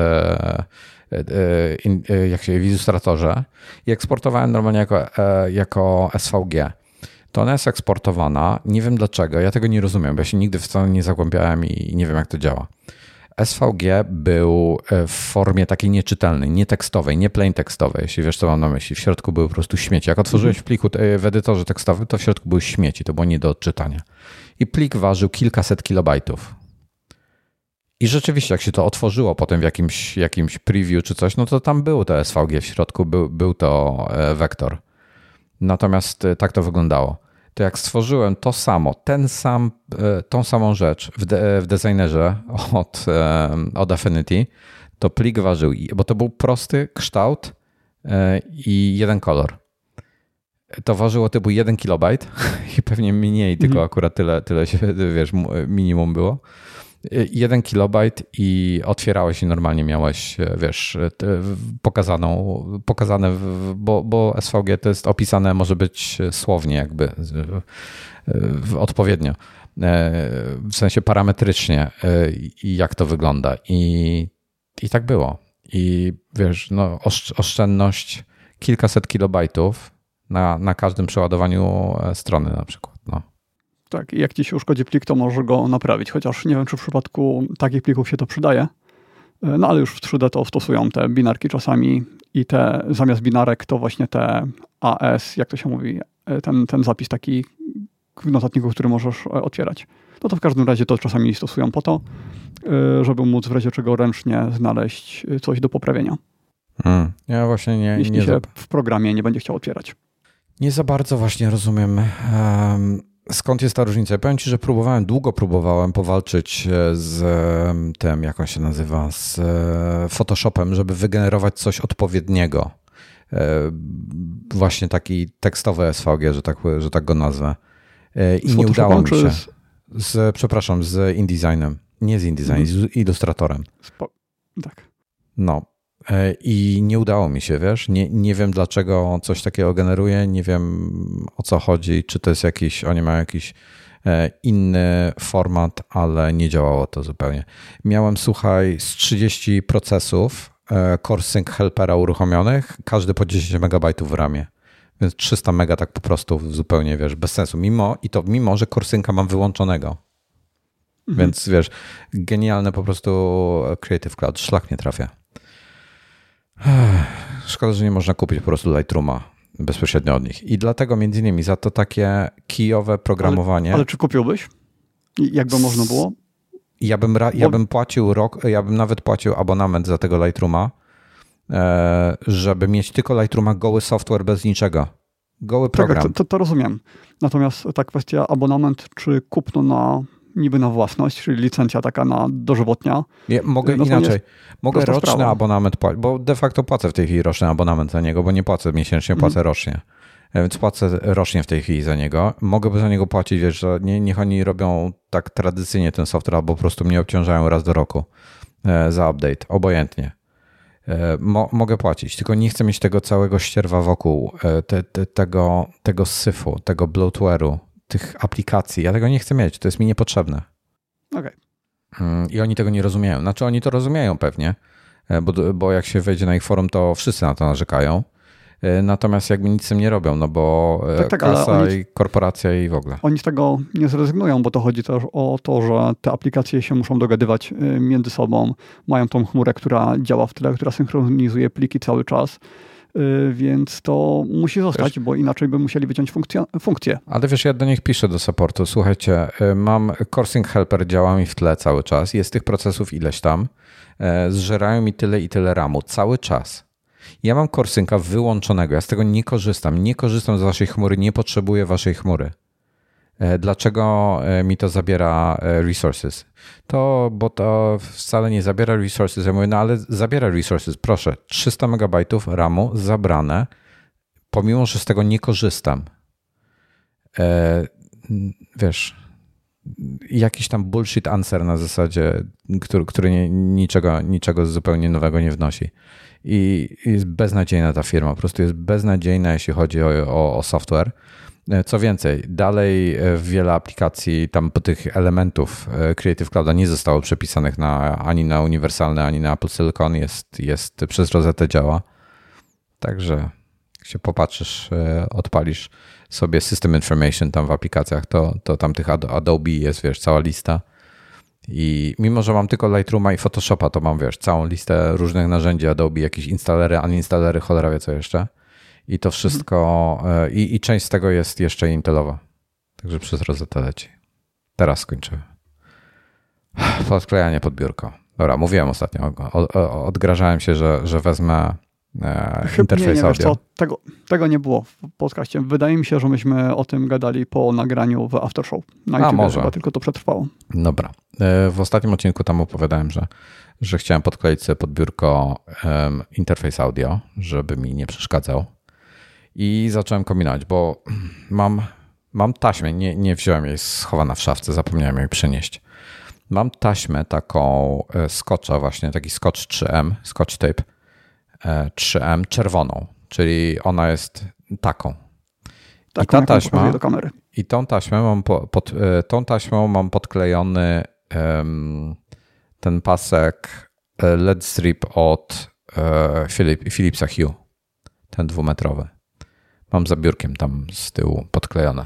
jak się w Illustratorze i eksportowałem normalnie jako, jako S V G, to ona jest eksportowana, nie wiem dlaczego, ja tego nie rozumiem, bo ja się nigdy w to nie zagłębiałem i nie wiem jak to działa. S V G był w formie takiej nieczytelnej, nie tekstowej, nie plain tekstowej, jeśli wiesz co mam na myśli. W środku były po prostu śmieci. Jak otworzyłeś w pliku w edytorze tekstowym, to w środku były śmieci, to było nie do odczytania. I plik ważył kilkaset kilobajtów. I rzeczywiście, jak się to otworzyło potem w jakimś, jakimś preview czy coś, no to tam było to S V G w środku, był, był to wektor. Natomiast tak to wyglądało. To jak stworzyłem to samo, ten sam, tą samą rzecz w, de, w designerze od, od Affinity, to plik ważył, bo to był prosty kształt i jeden kolor. To ważyło typu jeden kilobajt i pewnie mniej, mhm. tylko akurat tyle, tyle się, wiesz, minimum było. Jeden kilobajt i otwierałeś i normalnie miałeś, wiesz, pokazaną, pokazane, bo, bo S V G to jest opisane, może być słownie jakby odpowiednio, w sensie parametrycznie i jak to wygląda. I, i tak było. I wiesz, no oszczędność kilkaset kilobajtów na, na każdym przeładowaniu strony na przykład, no. Tak, i jak ci się uszkodzi plik, to możesz go naprawić, chociaż nie wiem, czy w przypadku takich plików się to przydaje, no ale już w trzy D to stosują te binarki czasami i te zamiast binarek to właśnie te A S, jak to się mówi, ten, ten zapis taki w notatniku, który możesz otwierać. No to w każdym razie to czasami stosują po to, żeby móc w razie czego ręcznie znaleźć coś do poprawienia. Hmm. Ja właśnie nie... Jeśli nie się za... w programie nie będzie chciał otwierać. Nie za bardzo właśnie rozumiem... Um... Skąd jest ta różnica? Ja powiem ci, że próbowałem, długo próbowałem powalczyć z tym, jak on się nazywa, z Photoshopem, żeby wygenerować coś odpowiedniego. Właśnie taki tekstowy S V G, że tak, że tak go nazwę. I nie udało mi się. Z... z, przepraszam, z InDesignem. Nie z InDesignem, hmm. z Illustratorem. Spo... Tak. No. I nie udało mi się, wiesz, nie, nie wiem dlaczego coś takiego generuje, nie wiem o co chodzi, czy to jest jakiś, oni mają jakiś inny format, ale nie działało to zupełnie. Miałem, słuchaj, z trzydziestu procesów Core Sync Helpera uruchomionych, każdy po dziesięć megabajtów w ramie, więc trzysta mega tak po prostu zupełnie, wiesz, bez sensu, mimo i to mimo, że Core Synca mam wyłączonego. Mhm. Więc wiesz, genialne po prostu Creative Cloud, szlak nie trafia. Szkoda, że nie można kupić po prostu Lightrooma bezpośrednio od nich. I dlatego między innymi za to takie kijowe programowanie... Ale, ale czy kupiłbyś? Jakby można było? Ja bym, ra, ja bym płacił rok, ja bym nawet płacił abonament za tego Lightrooma, żeby mieć tylko Lightrooma, goły software bez niczego. Goły program. Tak, to, to rozumiem. Natomiast ta kwestia abonament czy kupno na niby na własność, czyli licencja taka na dożywotnia. Ja mogę no inaczej. Mogę roczny sprawa. abonament płacić, bo de facto płacę w tej chwili roczny abonament za niego, bo nie płacę miesięcznie, płacę mm. rocznie. Więc płacę rocznie w tej chwili za niego. Mogę za niego płacić, wiesz, że nie, niech oni robią tak tradycyjnie ten software, albo po prostu mnie obciążają raz do roku za update, obojętnie. Mo, mogę płacić, tylko nie chcę mieć tego całego ścierwa wokół, te, te, tego, tego syfu, tego bloatware'u, tych aplikacji. Ja tego nie chcę mieć, to jest mi niepotrzebne. Okay. I oni tego nie rozumieją. Znaczy oni to rozumieją pewnie, bo, bo jak się wejdzie na ich forum, to wszyscy na to narzekają. Natomiast jakby nic z tym nie robią, no bo tak, tak, kasa oni, i korporacja i w ogóle. Oni z tego nie zrezygnują, bo to chodzi też o to, że te aplikacje się muszą dogadywać między sobą. Mają tą chmurę, która działa w tyle, która synchronizuje pliki cały czas. Więc to musi zostać, wiesz, bo inaczej by musieli wyciąć funkcję, funkcję. Ale wiesz, ja do nich piszę do supportu. Słuchajcie, mam Core Sync Helper, działa mi w tle cały czas. Jest tych procesów ileś tam. Zżerają mi tyle i tyle ramu cały czas. Ja mam CoreSynca wyłączonego, ja z tego nie korzystam. Nie korzystam z waszej chmury, nie potrzebuję waszej chmury. Dlaczego mi to zabiera resources? To, bo to wcale nie zabiera resources. Ja mówię, no ale zabiera resources, proszę. trzysta megabajtów ramu zabrane, pomimo, że z tego nie korzystam. E, wiesz, jakiś tam bullshit answer na zasadzie, który, który nie, niczego, niczego zupełnie nowego nie wnosi. I jest beznadziejna ta firma, po prostu jest beznadziejna, jeśli chodzi o, o, o software. Co więcej, dalej wiele aplikacji tam po tych elementów Creative Clouda nie zostało przepisanych na, ani na uniwersalne, ani na Apple Silicon. Jest, jest przez Rosetę działa. Także jak się popatrzysz, odpalisz sobie System Information tam w aplikacjach, to, to tam tych Adobe jest, wiesz, cała lista. I mimo, że mam tylko Lightrooma i Photoshopa, to mam, wiesz, całą listę różnych narzędzi Adobe, jakieś instalery, uninstallery, cholera wie co jeszcze. I to wszystko, i, i część z tego jest jeszcze intelowa. Także przez Rosetę leci. Teraz skończymy. Podklejanie pod biurko. Dobra, mówiłem ostatnio, o, o, odgrażałem się, że, że wezmę e, interfejs nie, nie, audio. Co, tego, tego nie było w podcaście. Wydaje mi się, że myśmy o tym gadali po nagraniu w Aftershow. Na YouTube może. Chyba tylko to przetrwało. Dobra. W ostatnim odcinku tam opowiadałem, że, że chciałem podkleić sobie pod biurko um, interfejs audio, żeby mi nie przeszkadzał. I zacząłem kombinować, bo mam, mam taśmę, nie, nie wziąłem jej, schowana w szafce, zapomniałem jej przenieść. Mam taśmę taką Scotcha właśnie, taki Scotch trzy M, Scotch Tape trzy M czerwoną, czyli ona jest taką. taką I ta taśma, do kamery. I tą taśmę mam po, pod, tą taśmą mam podklejony um, ten pasek L E D strip od uh, Philip, Philipsa Hue, ten dwumetrowy. Mam za biurkiem tam z tyłu podklejone.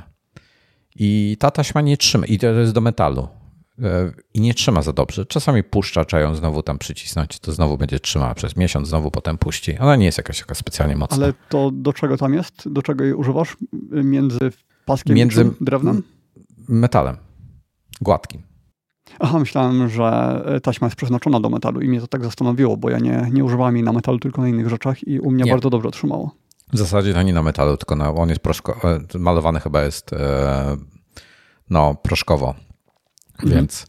I ta taśma nie trzyma. I to jest do metalu. I nie trzyma za dobrze. Czasami puszcza, trzeba ją znowu tam przycisnąć. To znowu będzie trzymała przez miesiąc, znowu potem puści. Ona nie jest jakaś taka specjalnie mocna. Ale to do czego tam jest? Do czego jej używasz? Między paskiem Między i drewnem? Metalem. Gładkim. Aha, myślałem, że taśma jest przeznaczona do metalu i mnie to tak zastanowiło, bo ja nie, nie używałem jej na metalu, tylko na innych rzeczach i u mnie nie. bardzo dobrze trzymało. W zasadzie to nie na metalu, tylko na, on jest proszko, malowany chyba jest e, no, proszkowo, mhm. Więc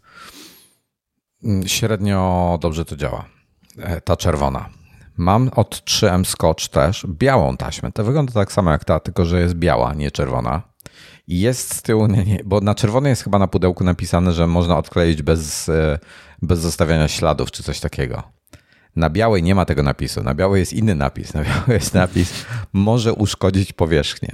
średnio dobrze to działa. E, ta czerwona. Mam od trzy M Scotch też białą taśmę. To wygląda tak samo jak ta, tylko że jest biała, nie czerwona. I jest z tyłu, nie, nie, bo na czerwonej jest chyba na pudełku napisane, że można odkleić bez, bez zostawiania śladów czy coś takiego. Na białej nie ma tego napisu. Na białej jest inny napis. Na białej jest napis może uszkodzić powierzchnię.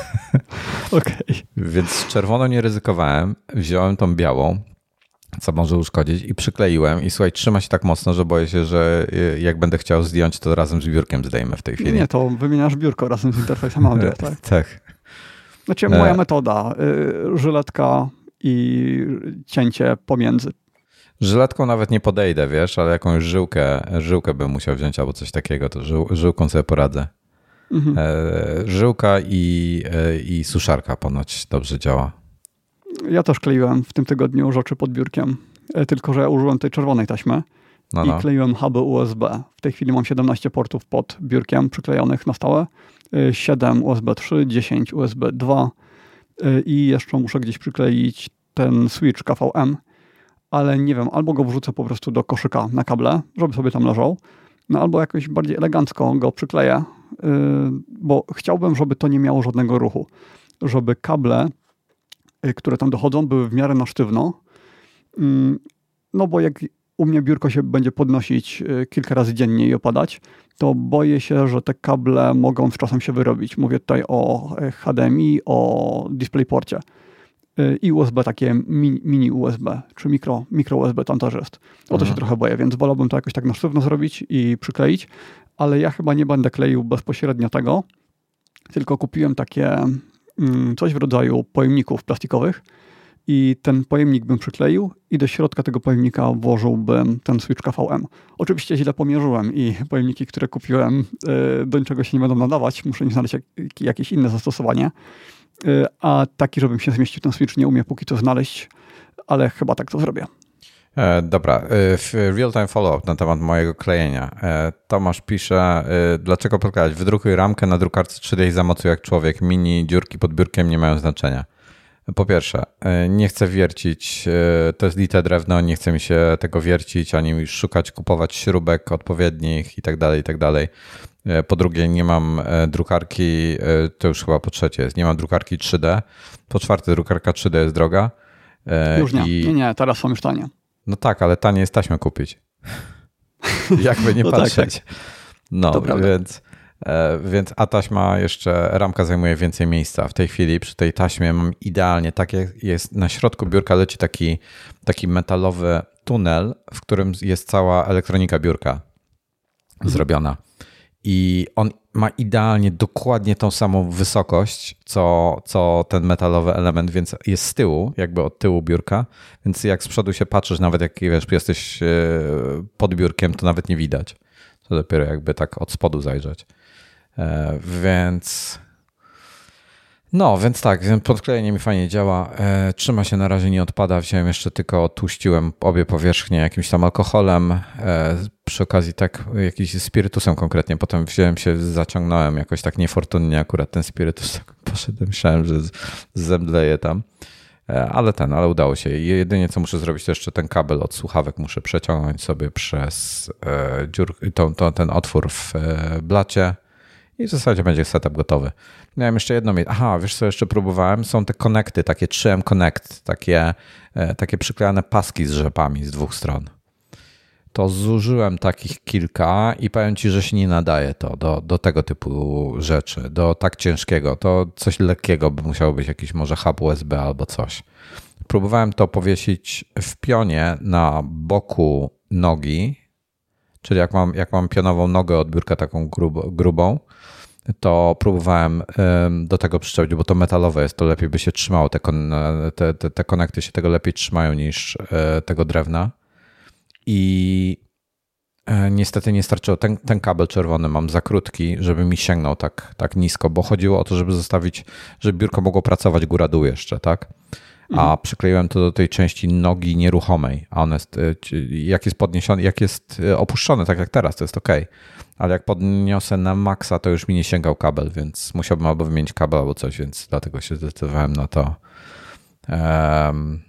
Okej. Okay. Więc z czerwoną nie ryzykowałem. Wziąłem tą białą, co może uszkodzić i przykleiłem. I słuchaj, trzyma się tak mocno, że boję się, że jak będę chciał zdjąć, to razem z biurkiem zdejmę w tej chwili. Nie, to wymieniasz biurko razem z interfejsem audio, tak? Tak. Znaczy moja metoda. Żyletka i cięcie pomiędzy. Żyletką nawet nie podejdę, wiesz, ale jakąś żyłkę, żyłkę bym musiał wziąć albo coś takiego, to żył, żyłką sobie poradzę. Mhm. E, żyłka i, e, i suszarka ponoć dobrze działa. Ja też kleiłem w tym tygodniu rzeczy pod biurkiem, e, tylko że użyłem tej czerwonej taśmy no, no. i kleiłem huby U S B. W tej chwili mam siedemnaście portów pod biurkiem przyklejonych na stałe, e, siedem U S B trzy, dziesięć U S B dwa e, i jeszcze muszę gdzieś przykleić ten switch K V M, ale nie wiem, albo go wrzucę po prostu do koszyka na kable, żeby sobie tam leżał, no albo jakoś bardziej elegancko go przykleję, yy, bo chciałbym, żeby to nie miało żadnego ruchu, żeby kable, yy, które tam dochodzą, były w miarę na sztywno, yy, no bo jak u mnie biurko się będzie podnosić yy, kilka razy dziennie i opadać, to boję się, że te kable mogą z czasem się wyrobić. Mówię tutaj o H D M I, o DisplayPorcie. I U S B takie mini, mini U S B, czy mikro, mikro U S B tam też jest. O to mhm. się trochę boję, więc wolałbym to jakoś tak na sztywno zrobić i przykleić, ale ja chyba nie będę kleił bezpośrednio tego, tylko kupiłem takie mm, coś w rodzaju pojemników plastikowych i ten pojemnik bym przykleił i do środka tego pojemnika włożyłbym ten switch K V M. Oczywiście źle pomierzyłem i pojemniki, które kupiłem, do niczego się nie będą nadawać, muszę im znaleźć jak, jakieś inne zastosowanie. A taki, żebym się zmieścił ten switch, nie umiem póki co znaleźć, ale chyba tak to zrobię. E, dobra, w real-time follow-up na temat mojego klejenia. E, Tomasz pisze, e, dlaczego podkładać? Wydrukuj ramkę na drukarce trzy D i zamocuj jak człowiek. Mini dziurki pod biurkiem nie mają znaczenia. Po pierwsze, e, nie chcę wiercić, e, to jest lite drewno, nie chce mi się tego wiercić, ani szukać, kupować śrubek odpowiednich i tak dalej, i tak dalej. E, po drugie, nie mam e, drukarki, e, to już chyba po trzecie jest, nie mam drukarki trzy D. Po czwarte, drukarka trzy D jest droga. E, już nie, i... nie, nie, teraz są już tanie. No tak, ale tanie jest taśmę kupić. Jakby nie no patrzeć. Tak, tak. No, więc, e, więc a taśma jeszcze, ramka zajmuje więcej miejsca. W tej chwili przy tej taśmie mam idealnie, takie jest, na środku biurka leci taki, taki metalowy tunel, w którym jest cała elektronika biurka mhm. zrobiona. I on ma idealnie dokładnie tą samą wysokość, co, co ten metalowy element, więc jest z tyłu, jakby od tyłu biurka, więc jak z przodu się patrzysz, nawet jak wiesz, jesteś pod biurkiem, to nawet nie widać. To dopiero jakby tak od spodu zajrzeć. Więc no, więc tak, podklejenie mi fajnie działa. Trzyma się na razie, nie odpada. Wziąłem jeszcze tylko, tłuściłem obie powierzchnie jakimś tam alkoholem. Przy okazji tak jakimś spirytusem konkretnie. Potem wziąłem się, zaciągnąłem jakoś tak niefortunnie akurat ten spirytus. Tak poszedłem, myślałem, że zemdleję tam. Ale ten, ale udało się. I jedynie co muszę zrobić, to jeszcze ten kabel od słuchawek muszę przeciągnąć sobie przez dziur, to, to, ten otwór w blacie. I w zasadzie będzie setup gotowy. Miałem jeszcze jedno miejsce. Aha, wiesz co jeszcze próbowałem? Są te konekty, takie trzy M Connect, takie, takie przyklejane paski z rzepami z dwóch stron. To zużyłem takich kilka i powiem ci, że się nie nadaje to do, do tego typu rzeczy, do tak ciężkiego. To coś lekkiego by musiało być, jakiś może hub U S B albo coś. Próbowałem to powiesić w pionie na boku nogi, czyli jak mam, jak mam pionową nogę od biurka taką grub, grubą, to próbowałem do tego przyczepić, bo to metalowe jest, to lepiej by się trzymało. Te, kon, te, te, te konekty się tego lepiej trzymają niż tego drewna. I niestety nie starczyło. Ten, ten kabel czerwony mam za krótki, żeby mi sięgnął tak, tak nisko, bo chodziło o to, żeby zostawić, żeby biurko mogło pracować góra-dół jeszcze, tak? A przykleiłem to do tej części nogi nieruchomej, a on jest, jak jest podniesiony, jak jest opuszczony, tak jak teraz, to jest ok. Ale jak podniosę na maksa, to już mi nie sięgał kabel, więc musiałbym albo wymienić kabel albo coś, więc dlatego się zdecydowałem na to. Um,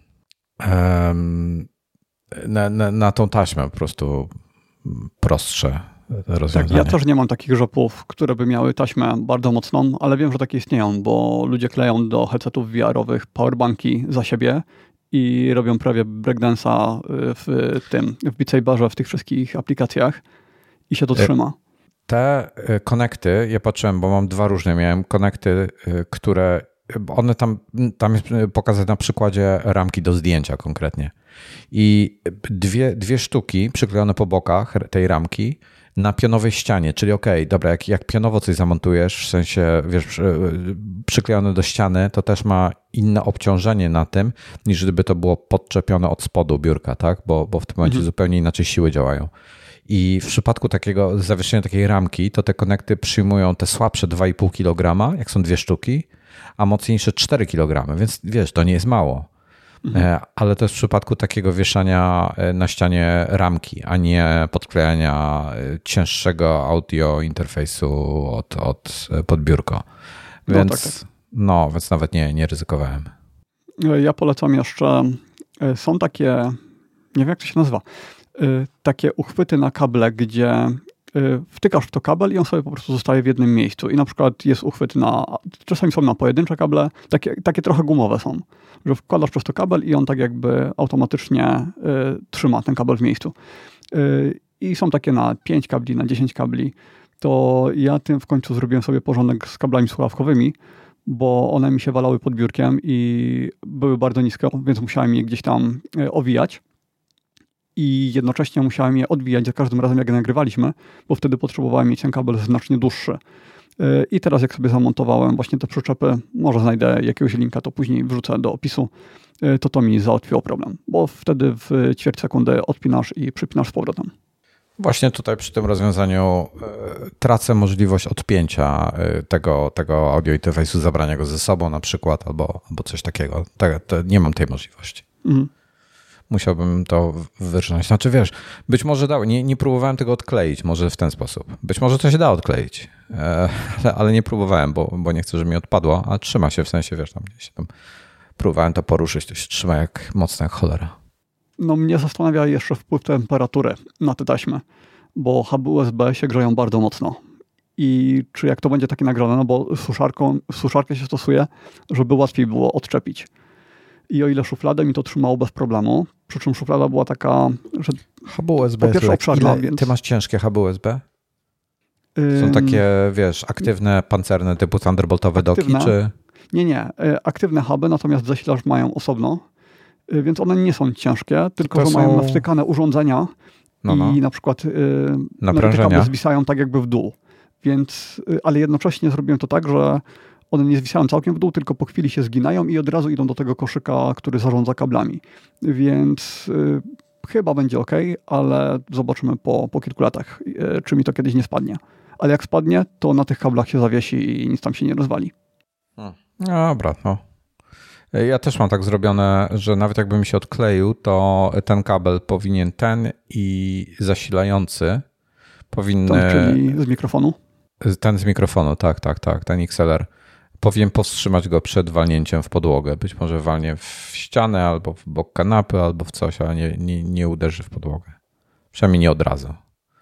um, na, na, na tą taśmę po prostu prostsze rozwiązanie. Tak, ja też nie mam takich rzepów, które by miały taśmę bardzo mocną, ale wiem, że takie istnieją, bo ludzie kleją do headsetów V R-owych powerbanki za siebie i robią prawie breakdance'a w tym, w Beat Saberze, w tych wszystkich aplikacjach i się to trzyma. Te konekty, ja patrzyłem, bo mam dwa różne, miałem konekty, które one tam, tam jest pokazane na przykładzie ramki do zdjęcia konkretnie. I dwie, dwie sztuki przyklejone po bokach tej ramki na pionowej ścianie, czyli okej, okay, dobra, jak, jak pionowo coś zamontujesz, w sensie, wiesz, przyklejone do ściany, to też ma inne obciążenie na tym, niż gdyby to było podczepione od spodu biurka, tak? Bo, bo w tym momencie mhm. zupełnie inaczej siły działają. I w przypadku takiego zawieszenia takiej ramki, to te konekty przyjmują te słabsze dwa i pół kilograma, jak są dwie sztuki, a mocniejsze cztery kilogramy, więc wiesz, to nie jest mało. Mhm. Ale to jest w przypadku takiego wieszania na ścianie ramki, a nie podklejania cięższego audio interfejsu od, od pod biurko. Więc, no, tak, tak. no, więc nawet nie, nie ryzykowałem. Ja polecam jeszcze, są takie, nie wiem jak to się nazywa, takie uchwyty na kable, gdzie wtykasz w to kabel i on sobie po prostu zostaje w jednym miejscu. I na przykład jest uchwyt na, czasami są na pojedyncze kable, takie, takie trochę gumowe są, że wkładasz przez to kabel i on tak jakby automatycznie y, trzyma ten kabel w miejscu. Y, I są takie na pięć kabli, na dziesięć kabli. To ja tym w końcu zrobiłem sobie porządek z kablami słuchawkowymi, bo one mi się walały pod biurkiem i były bardzo nisko, więc musiałem je gdzieś tam y, owijać. I jednocześnie musiałem je odbijać za każdym razem, jak nagrywaliśmy, bo wtedy potrzebowałem mieć ten kabel znacznie dłuższy. I teraz jak sobie zamontowałem właśnie te przyczepy, może znajdę jakiegoś linka, to później wrzucę do opisu, to to mi załatwiło problem, bo wtedy w ćwierć sekundy odpinasz i przypinasz z powrotem. Właśnie tutaj przy tym rozwiązaniu tracę możliwość odpięcia tego, tego audio interfejsu, zabrania go ze sobą na przykład, albo, albo coś takiego. To, to nie mam tej możliwości. Mhm. Musiałbym to wyrżnąć. Znaczy wiesz, być może dało, nie, nie próbowałem tego odkleić, może w ten sposób. Być może to się da odkleić, ale, ale nie próbowałem, bo, bo nie chcę, żeby mi odpadło, a trzyma się, w sensie wiesz, tam gdzieś tam próbowałem to poruszyć, to się trzyma jak mocna cholera. No mnie zastanawia jeszcze wpływ temperatury na te taśmy, bo huby U S B się grzeją bardzo mocno. I czy jak to będzie takie nagrane, no bo suszarką, suszarkę się stosuje, żeby łatwiej było odczepić. I o ile szufladę mi to trzymało bez problemu, przy czym szuflada była taka, że huby U S B po pierwsze obszerna, więc... Ty masz ciężkie huby U S B? Są takie, wiesz, aktywne, pancerne typu Thunderboltowe aktywne, doki, czy... Nie, nie. Aktywne huby, natomiast zasilacz mają osobno, więc one nie są ciężkie, tylko to że są... mają nawtykane urządzenia no, no. i na przykład no, te kable zwisają tak jakby w dół. Więc, ale jednocześnie zrobiłem to tak, że one nie zwisają całkiem w dół, tylko po chwili się zginają i od razu idą do tego koszyka, który zarządza kablami. Więc y, chyba będzie ok, ale zobaczymy po, po kilku latach, y, czy mi to kiedyś nie spadnie. Ale jak spadnie, to na tych kablach się zawiesi i nic tam się nie rozwali. Hmm. Dobra, no. Ja też mam tak zrobione, że nawet jakby mi się odkleił, to ten kabel powinien ten i zasilający powinny... Ten, czyli z mikrofonu? Ten z mikrofonu, tak, tak, tak, ten X L R. Powinien powstrzymać go przed walnięciem w podłogę. Być może walnie w ścianę, albo w bok kanapy, albo w coś, ale nie, nie, nie uderzy w podłogę. Przynajmniej nie od razu.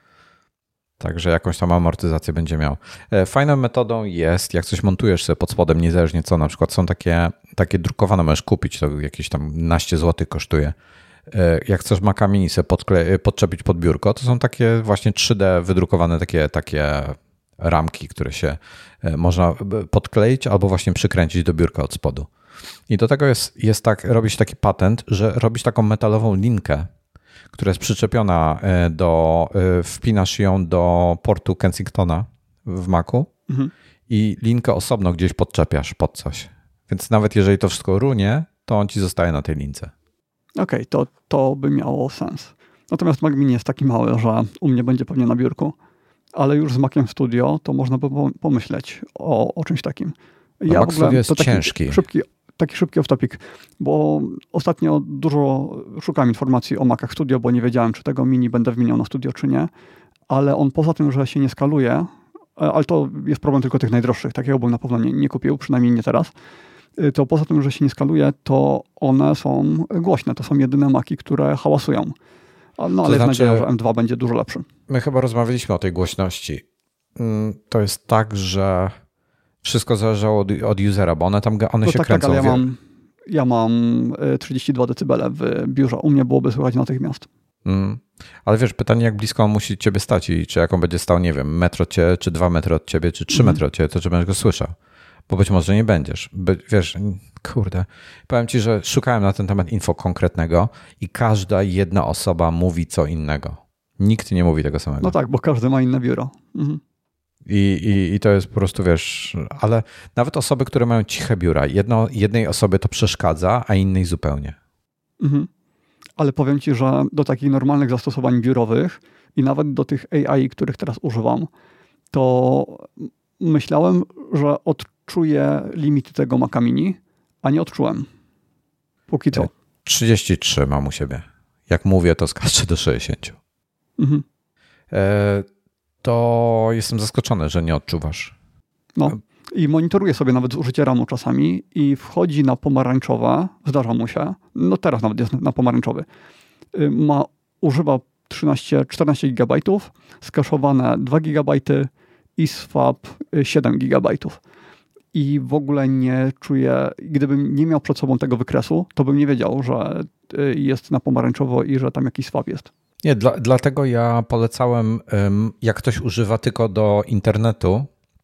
Także jakąś tam amortyzację będzie miał. Fajną metodą jest, jak coś montujesz sobie pod spodem, niezależnie co, na przykład są takie, takie drukowane, możesz kupić, to jakieś tam naście złotych kosztuje. Jak chcesz Maca Mini sobie podkle- podczepić pod biurko, to są takie właśnie trzy D wydrukowane takie, takie ramki, które się można podkleić albo właśnie przykręcić do biurka od spodu. I do tego jest, jest tak, robisz taki patent, że robisz taką metalową linkę, która jest przyczepiona do, wpinasz ją do portu Kensingtona w Macu mhm. i linkę osobno gdzieś podczepiasz pod coś. Więc nawet jeżeli to wszystko runie, to on ci zostaje na tej lince. Okej, okay, to, to by miało sens. Natomiast Mac Mini jest taki mały, że u mnie będzie pewnie na biurku, ale już z Maciem Studio to można by pomyśleć o, o czymś takim. Ja no, Mac Studio jest to taki ciężki. Szybki, taki szybki off-topic, bo ostatnio dużo szukałem informacji o Macach Studio, bo nie wiedziałem, czy tego Mini będę wymieniał na Studio, czy nie, ale on poza tym, że się nie skaluje, ale to jest problem tylko tych najdroższych, takiego bym na pewno nie, nie kupił, przynajmniej nie teraz, to poza tym, że się nie skaluje, to one są głośne. To są jedyne Maci, które hałasują. No ale jest nadzieja, że M dwa będzie dużo lepszy. My chyba rozmawialiśmy o tej głośności. To jest tak, że wszystko zależało od, od usera, bo one tam one no się tak, kręcą. Tak, ale ja mam, ja mam trzydzieści dwa decybele w biurze. U mnie byłoby słychać natychmiast. Mm. Ale wiesz, pytanie, jak blisko on musi ciebie stać i czy jak on będzie stał, nie wiem, metr od ciebie, czy dwa metry od ciebie, czy trzy mm. metry od ciebie, to czy będziesz go słyszał. Bo być może nie będziesz. By, wiesz, kurde. Powiem ci, że szukałem na ten temat info konkretnego i każda jedna osoba mówi co innego. Nikt nie mówi tego samego. No tak, bo każdy ma inne biuro. Mhm. I, i, I to jest po prostu, wiesz, ale nawet osoby, które mają ciche biura, jedno, jednej osobie to przeszkadza, a innej zupełnie. Mhm. Ale powiem ci, że do takich normalnych zastosowań biurowych i nawet do tych A I, których teraz używam, to myślałem, że odczuję limity tego Maca Mini, a nie odczułem. Póki co. trzydzieści trzy mam u siebie. Jak mówię, to skacze do sześćdziesiąt. Mhm. E, to jestem zaskoczony, że nie odczuwasz. No i monitoruję sobie nawet zużycie ramu czasami i wchodzi na pomarańczowe, zdarza mu się, no teraz nawet jest na pomarańczowy, ma, używa trzynaście, czternaście gigabajtów, skaszowane dwa gigabajty i swap siedem gigabajtów. I w ogóle nie czuję, gdybym nie miał przed sobą tego wykresu, to bym nie wiedział, że jest na pomarańczowo i że tam jakiś swap jest. Nie, dla, dlatego ja polecałem, jak ktoś używa tylko do internetu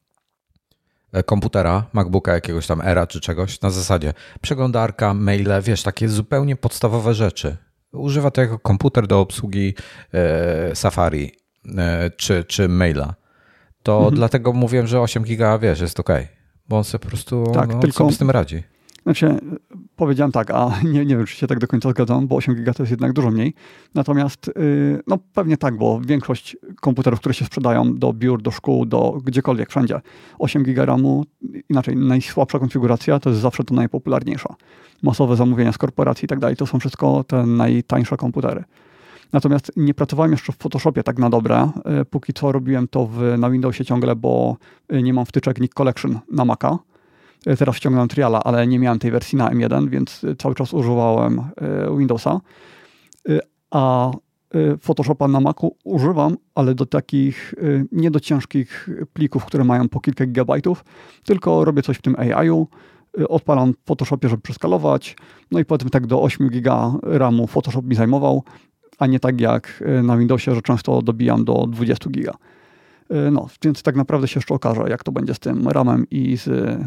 komputera, MacBooka jakiegoś tam Era czy czegoś, na zasadzie przeglądarka, maile, wiesz, takie zupełnie podstawowe rzeczy. Używa to jako komputer do obsługi e, Safari e, czy, czy maila. To mhm. dlatego mówiłem, że osiem giga, wiesz, jest okej. Okay, bo on sobie po prostu tak, no, tylko, sobie z tym radzi. Znaczy, powiedziałem tak, a nie, nie wiem, czy się tak do końca zgadzam, bo osiem giga to jest jednak dużo mniej. Natomiast yy, no pewnie tak, bo większość komputerów, które się sprzedają do biur, do szkół, do gdziekolwiek, wszędzie, osiem giga ramu, inaczej najsłabsza konfiguracja to jest zawsze to najpopularniejsza. Masowe zamówienia z korporacji i tak dalej, to są wszystko te najtańsze komputery. Natomiast nie pracowałem jeszcze w Photoshopie tak na dobre. Póki co robiłem to w, na Windowsie ciągle, bo nie mam wtyczek Nick Collection na Maca. Teraz ściągnąłem Triala, ale nie miałem tej wersji na M jeden, więc cały czas używałem Windowsa. A Photoshopa na Macu używam, ale do takich, nie do ciężkich plików, które mają po kilka gigabajtów, tylko robię coś w tym A I-u, odpalam w Photoshopie, żeby przeskalować, no i powiedzmy tak do osiem giga ramu Photoshop mi zajmował, a nie tak jak na Windowsie, że często dobijam do dwadzieścia giga. No, więc tak naprawdę się jeszcze okaże, jak to będzie z tym ramem i z,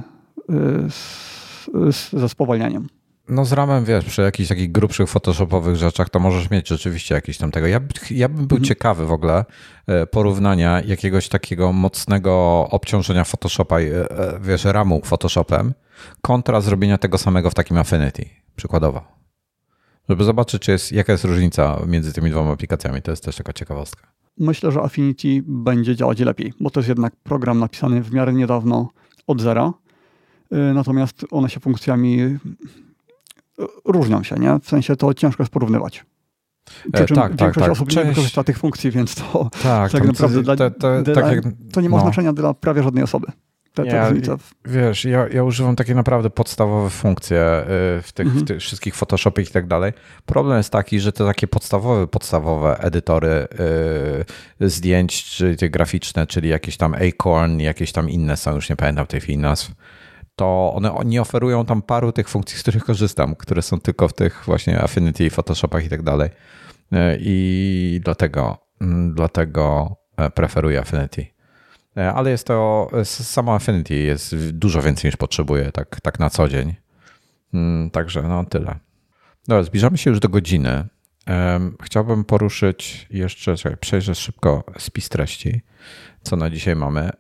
z, ze spowalnianiem. No z ramem, wiesz, przy jakichś takich grubszych photoshopowych rzeczach to możesz mieć rzeczywiście jakieś tam tego. Ja, ja bym był mhm. ciekawy w ogóle porównania jakiegoś takiego mocnego obciążenia Photoshopa, wiesz, ramu Photoshopem kontra zrobienia tego samego w takim Affinity, przykładowo. Żeby zobaczyć, czy jest, jaka jest różnica między tymi dwoma aplikacjami. To jest też taka ciekawostka. Myślę, że Affinity będzie działać lepiej, bo to jest jednak program napisany w miarę niedawno od zera. Natomiast one się funkcjami różnią się, nie? W sensie to ciężko jest porównywać. Przy czym tak, większość tak, osób tak. nie wykorzysta tych funkcji, więc to tak, tak naprawdę dla, to, to, dla, tak jak, to nie ma no. znaczenia dla prawie żadnej osoby. Te, te ja, różnice. Wiesz, ja, ja używam takie naprawdę podstawowe funkcje w tych, mhm. w tych wszystkich Photoshopach i tak dalej. Problem jest taki, że te takie podstawowe, podstawowe edytory yy, zdjęć, czyli te graficzne, czyli jakieś tam Acorn, jakieś tam inne są, już nie pamiętam tej chwili nazw, to one nie oferują tam paru tych funkcji, z których korzystam, które są tylko w tych właśnie Affinity, Photoshopach i tak dalej. I dlatego, dlatego preferuję Affinity. Ale jest to, samo Affinity jest dużo więcej niż potrzebuję tak, tak na co dzień. Także no tyle. Dobra, zbliżamy się już do godziny. Chciałbym poruszyć jeszcze, czekaj, przejrzę szybko spis treści, co na dzisiaj mamy.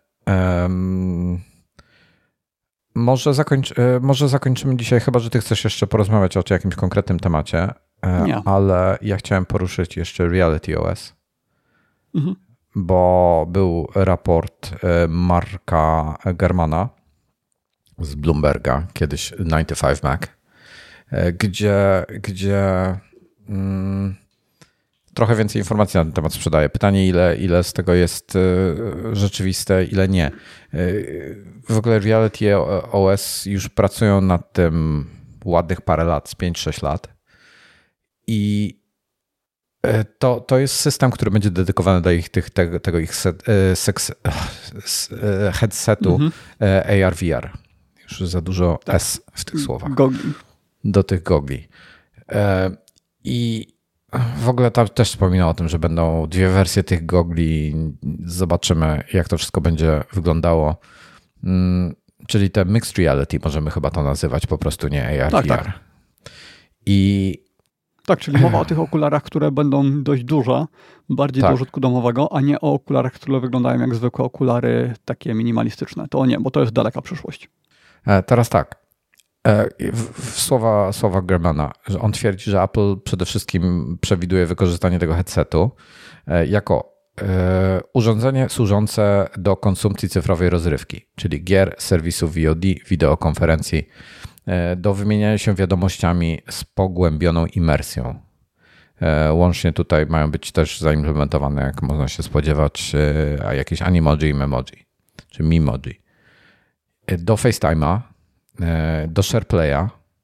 Może, zakończ, może zakończymy dzisiaj, chyba że ty chcesz jeszcze porozmawiać o jakimś konkretnym temacie, Nie. ale ja chciałem poruszyć jeszcze Reality O S, mhm. bo był raport Marka Gurmana z Bloomberga, kiedyś dziewięćdziesiąt pięć Mac, gdzie, gdzie mm, trochę więcej informacji na ten temat sprzedaje. Pytanie, ile, ile z tego jest rzeczywiste, ile nie. W ogóle Reality O S już pracują nad tym ładnych parę lat, z pięć sześć lat. I to, to jest system, który będzie dedykowany do ich, tych, tego, tego ich set, seks, headsetu mhm. A R V R. Już za dużo tak. S w tych słowach. Gogli. Do tych gogli. I w ogóle tam też wspomina o tym, że będą dwie wersje tych gogli. Zobaczymy, jak to wszystko będzie wyglądało. Czyli te mixed reality, możemy chyba to nazywać, po prostu nie A R V R. Tak, tak. I tak, czyli mowa o tych okularach, które będą dość duże, bardziej tak. do użytku domowego, a nie o okularach, które wyglądają jak zwykłe okulary takie minimalistyczne. To nie, bo to jest daleka przyszłość. Teraz tak. W słowa, słowa Gurmana, że on twierdzi, że Apple przede wszystkim przewiduje wykorzystanie tego headsetu jako urządzenie służące do konsumpcji cyfrowej rozrywki, czyli gier, serwisów V O D, wideokonferencji, do wymieniania się wiadomościami z pogłębioną imersją. Łącznie tutaj mają być też zaimplementowane, jak można się spodziewać, jakieś Animoji i Memoji, czy Memoji. Do FaceTime'a, do SharePlay'a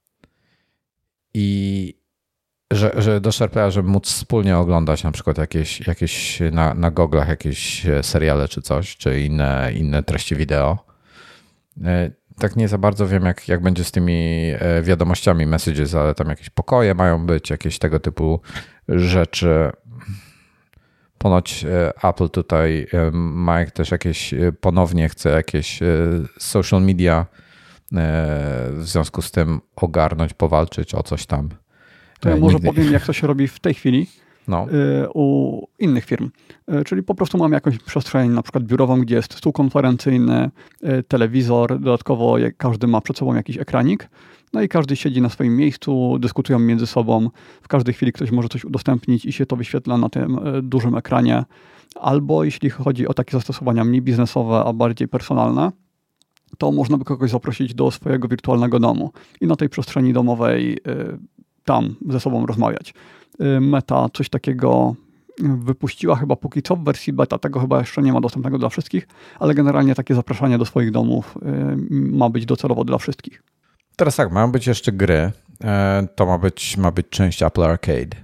i że, że do SharePlay'a, żeby móc wspólnie oglądać na przykład jakieś, jakieś na, na goglach jakieś seriale czy coś, czy inne, inne treści wideo. Tak nie za bardzo wiem, jak, jak będzie z tymi wiadomościami, messages, ale tam jakieś pokoje mają być, jakieś tego typu rzeczy. Ponoć Apple tutaj ma też jakieś, ponownie chce jakieś social media w związku z tym ogarnąć, powalczyć o coś tam. To ja może Nigdy. powiem, jak to się robi w tej chwili no. u innych firm. Czyli po prostu mamy jakąś przestrzeń na przykład biurową, gdzie jest stół konferencyjny, telewizor, dodatkowo każdy ma przed sobą jakiś ekranik. No i każdy siedzi na swoim miejscu, dyskutują między sobą. W każdej chwili ktoś może coś udostępnić i się to wyświetla na tym dużym ekranie. Albo jeśli chodzi o takie zastosowania mniej biznesowe, a bardziej personalne, to można by kogoś zaprosić do swojego wirtualnego domu i na tej przestrzeni domowej tam ze sobą rozmawiać. Meta coś takiego wypuściła chyba póki co w wersji beta, tego chyba jeszcze nie ma dostępnego dla wszystkich, ale generalnie takie zapraszanie do swoich domów ma być docelowo dla wszystkich. Teraz tak, mają być jeszcze gry. To ma być, ma być część Apple Arcade.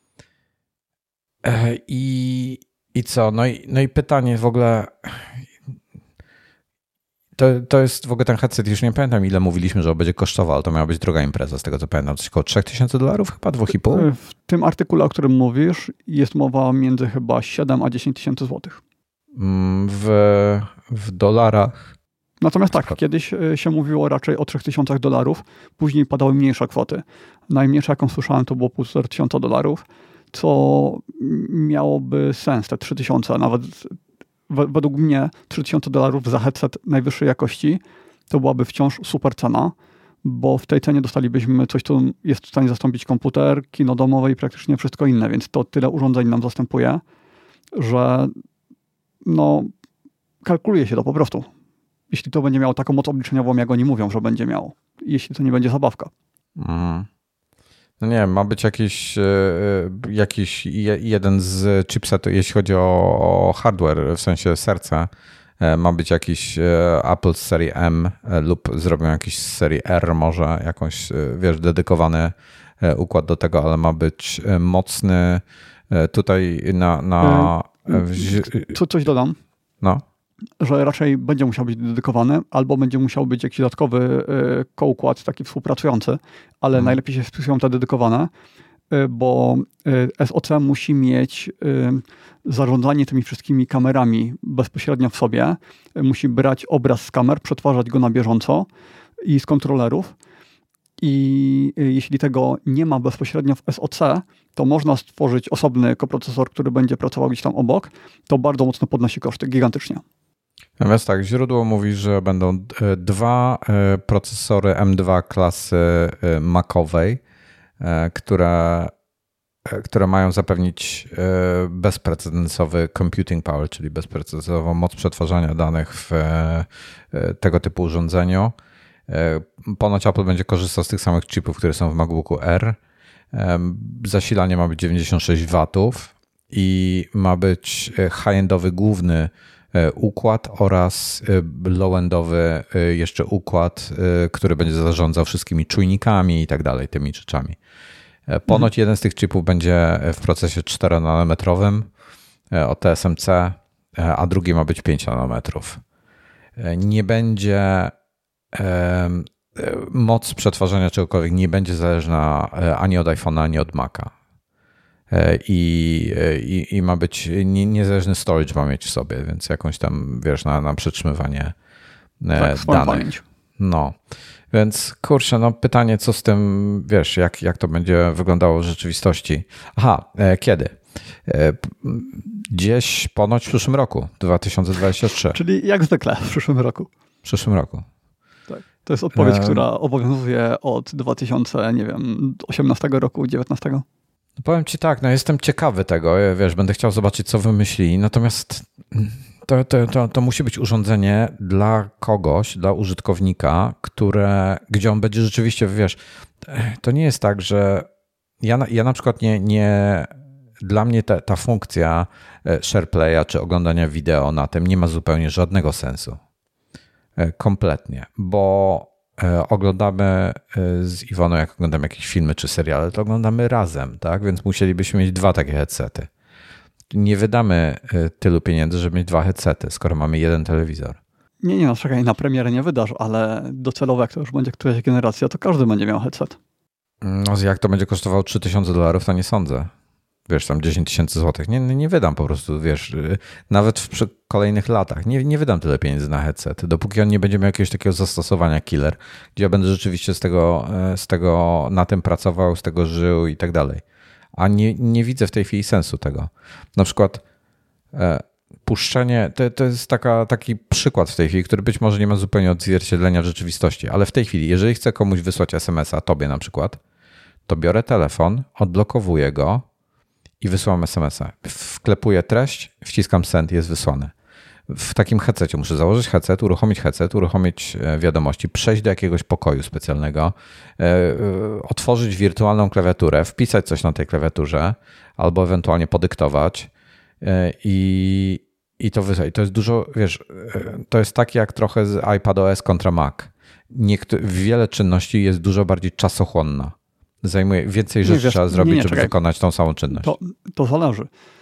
I, i co? No i, no i pytanie w ogóle... To, to jest w ogóle ten headset, już nie pamiętam ile mówiliśmy, że będzie kosztował, ale to miała być droga impreza, z tego co pamiętam. Coś około trzy tysiące dolarów, chyba dwa i pół? W tym artykule, o którym mówisz, jest mowa między chyba siedem a dziesięć tysięcy złotych. W, w dolarach. Natomiast tak, kiedyś się mówiło raczej o trzech tysiącach dolarów, później padały mniejsze kwoty. Najmniejsza, jaką słyszałem, to było półtora tysiąca dolarów, co miałoby sens, te trzy tysiące, nawet według mnie trzy tysiące dolarów za headset najwyższej jakości to byłaby wciąż super cena, bo w tej cenie dostalibyśmy coś, co jest w stanie zastąpić komputer, kino domowe i praktycznie wszystko inne, więc to tyle urządzeń nam zastępuje, że no kalkuluje się to po prostu. Jeśli to będzie miało taką moc obliczeniową, jak oni mówią, że będzie miało. Jeśli to nie będzie zabawka. Mm. No nie, ma być jakiś, jakiś jeden z chipsetów, jeśli chodzi o hardware, w sensie serca, ma być jakiś Apple z serii M lub zrobią jakiś z serii R może, jakąś, wiesz, dedykowany układ do tego, ale ma być mocny tutaj na... na... Co, coś dodam. No. Że raczej będzie musiał być dedykowany, albo będzie musiał być jakiś dodatkowy koukład taki współpracujący, ale hmm. najlepiej się spisują te dedykowane, bo S O C musi mieć zarządzanie tymi wszystkimi kamerami bezpośrednio w sobie, musi brać obraz z kamer, przetwarzać go na bieżąco i z kontrolerów. I jeśli tego nie ma bezpośrednio w S O C, to można stworzyć osobny koprocesor, który będzie pracował gdzieś tam obok. To bardzo mocno podnosi koszty, gigantycznie. Natomiast tak, źródło mówi, że będą dwa procesory M dwa klasy Macowej, które, które mają zapewnić bezprecedensowy computing power, czyli bezprecedensową moc przetwarzania danych w tego typu urządzeniu. Ponoć Apple będzie korzystał z tych samych chipów, które są w MacBooku R. Zasilanie ma być dziewięćdziesiąt sześć watów i ma być high-endowy główny układ oraz low-endowy jeszcze układ, który będzie zarządzał wszystkimi czujnikami i tak dalej, tymi rzeczami. Ponoć mhm. jeden z tych chipów będzie w procesie czteronanometrowym o T S M C, a drugi ma być pięć nanometrów. Nie będzie moc przetwarzania czegokolwiek nie będzie zależna ani od iPhone'a, ani od Maca. I, i, i ma być nie, niezależny storage ma mieć w sobie, więc jakąś tam, wiesz, na, na przetrzymywanie tak, danych. Pamięć. No, więc kurczę, no pytanie, co z tym, wiesz, jak, jak to będzie wyglądało w rzeczywistości. Aha, kiedy? Gdzieś ponoć w przyszłym roku, dwa tysiące dwudziestym trzecim. Czyli jak zwykle w przyszłym roku. W przyszłym roku. Tak. To jest odpowiedź, um, która obowiązuje od dwa tysiące osiemnastego roku, dziewiętnastego. Powiem ci tak, no jestem ciekawy tego, wiesz, będę chciał zobaczyć, co wymyślili, natomiast to, to, to, to musi być urządzenie dla kogoś, dla użytkownika, które, gdzie on będzie rzeczywiście, wiesz, to nie jest tak, że ja, ja na przykład nie, nie dla mnie ta, ta funkcja SharePlaya czy oglądania wideo na tym nie ma zupełnie żadnego sensu. Kompletnie, bo oglądamy z Iwoną, jak oglądamy jakieś filmy czy seriale, to oglądamy razem, tak? Więc musielibyśmy mieć dwa takie headsety. Nie wydamy tylu pieniędzy, żeby mieć dwa headsety, skoro mamy jeden telewizor. Nie, nie, no czekaj, na premierę nie wydasz, ale docelowo jak to już będzie któraś generacja, to każdy będzie miał headset. No jak to będzie kosztowało trzy tysiące dolarów, to nie sądzę. Wiesz, tam dziesięć tysięcy złotych. Nie, nie wydam po prostu, wiesz, nawet w przy kolejnych latach. Nie, nie wydam tyle pieniędzy na headset, dopóki on nie będzie miał jakiegoś takiego zastosowania killer, gdzie ja będę rzeczywiście z tego, z tego na tym pracował, z tego żył i tak dalej. A nie, nie widzę w tej chwili sensu tego. Na przykład puszczenie, to, to jest taka, taki przykład w tej chwili, który być może nie ma zupełnie odzwierciedlenia w rzeczywistości, ale w tej chwili, jeżeli chcę komuś wysłać es em es a, tobie na przykład, to biorę telefon, odblokowuję go i wysyłam es em es a. Wklepuję treść, wciskam send, jest wysłany. W takim headsetie muszę założyć headset, uruchomić headset, uruchomić wiadomości, przejść do jakiegoś pokoju specjalnego, otworzyć wirtualną klawiaturę, wpisać coś na tej klawiaturze albo ewentualnie podyktować i, i to wysłać. To jest dużo, wiesz, to jest tak jak trochę z iPadOS kontra Mac. Niektóre, wiele czynności jest dużo bardziej czasochłonna. Zajmuje więcej rzeczy, wiesz, trzeba zrobić, nie, nie, żeby czekaj. wykonać tą samą czynność. To, to zależy,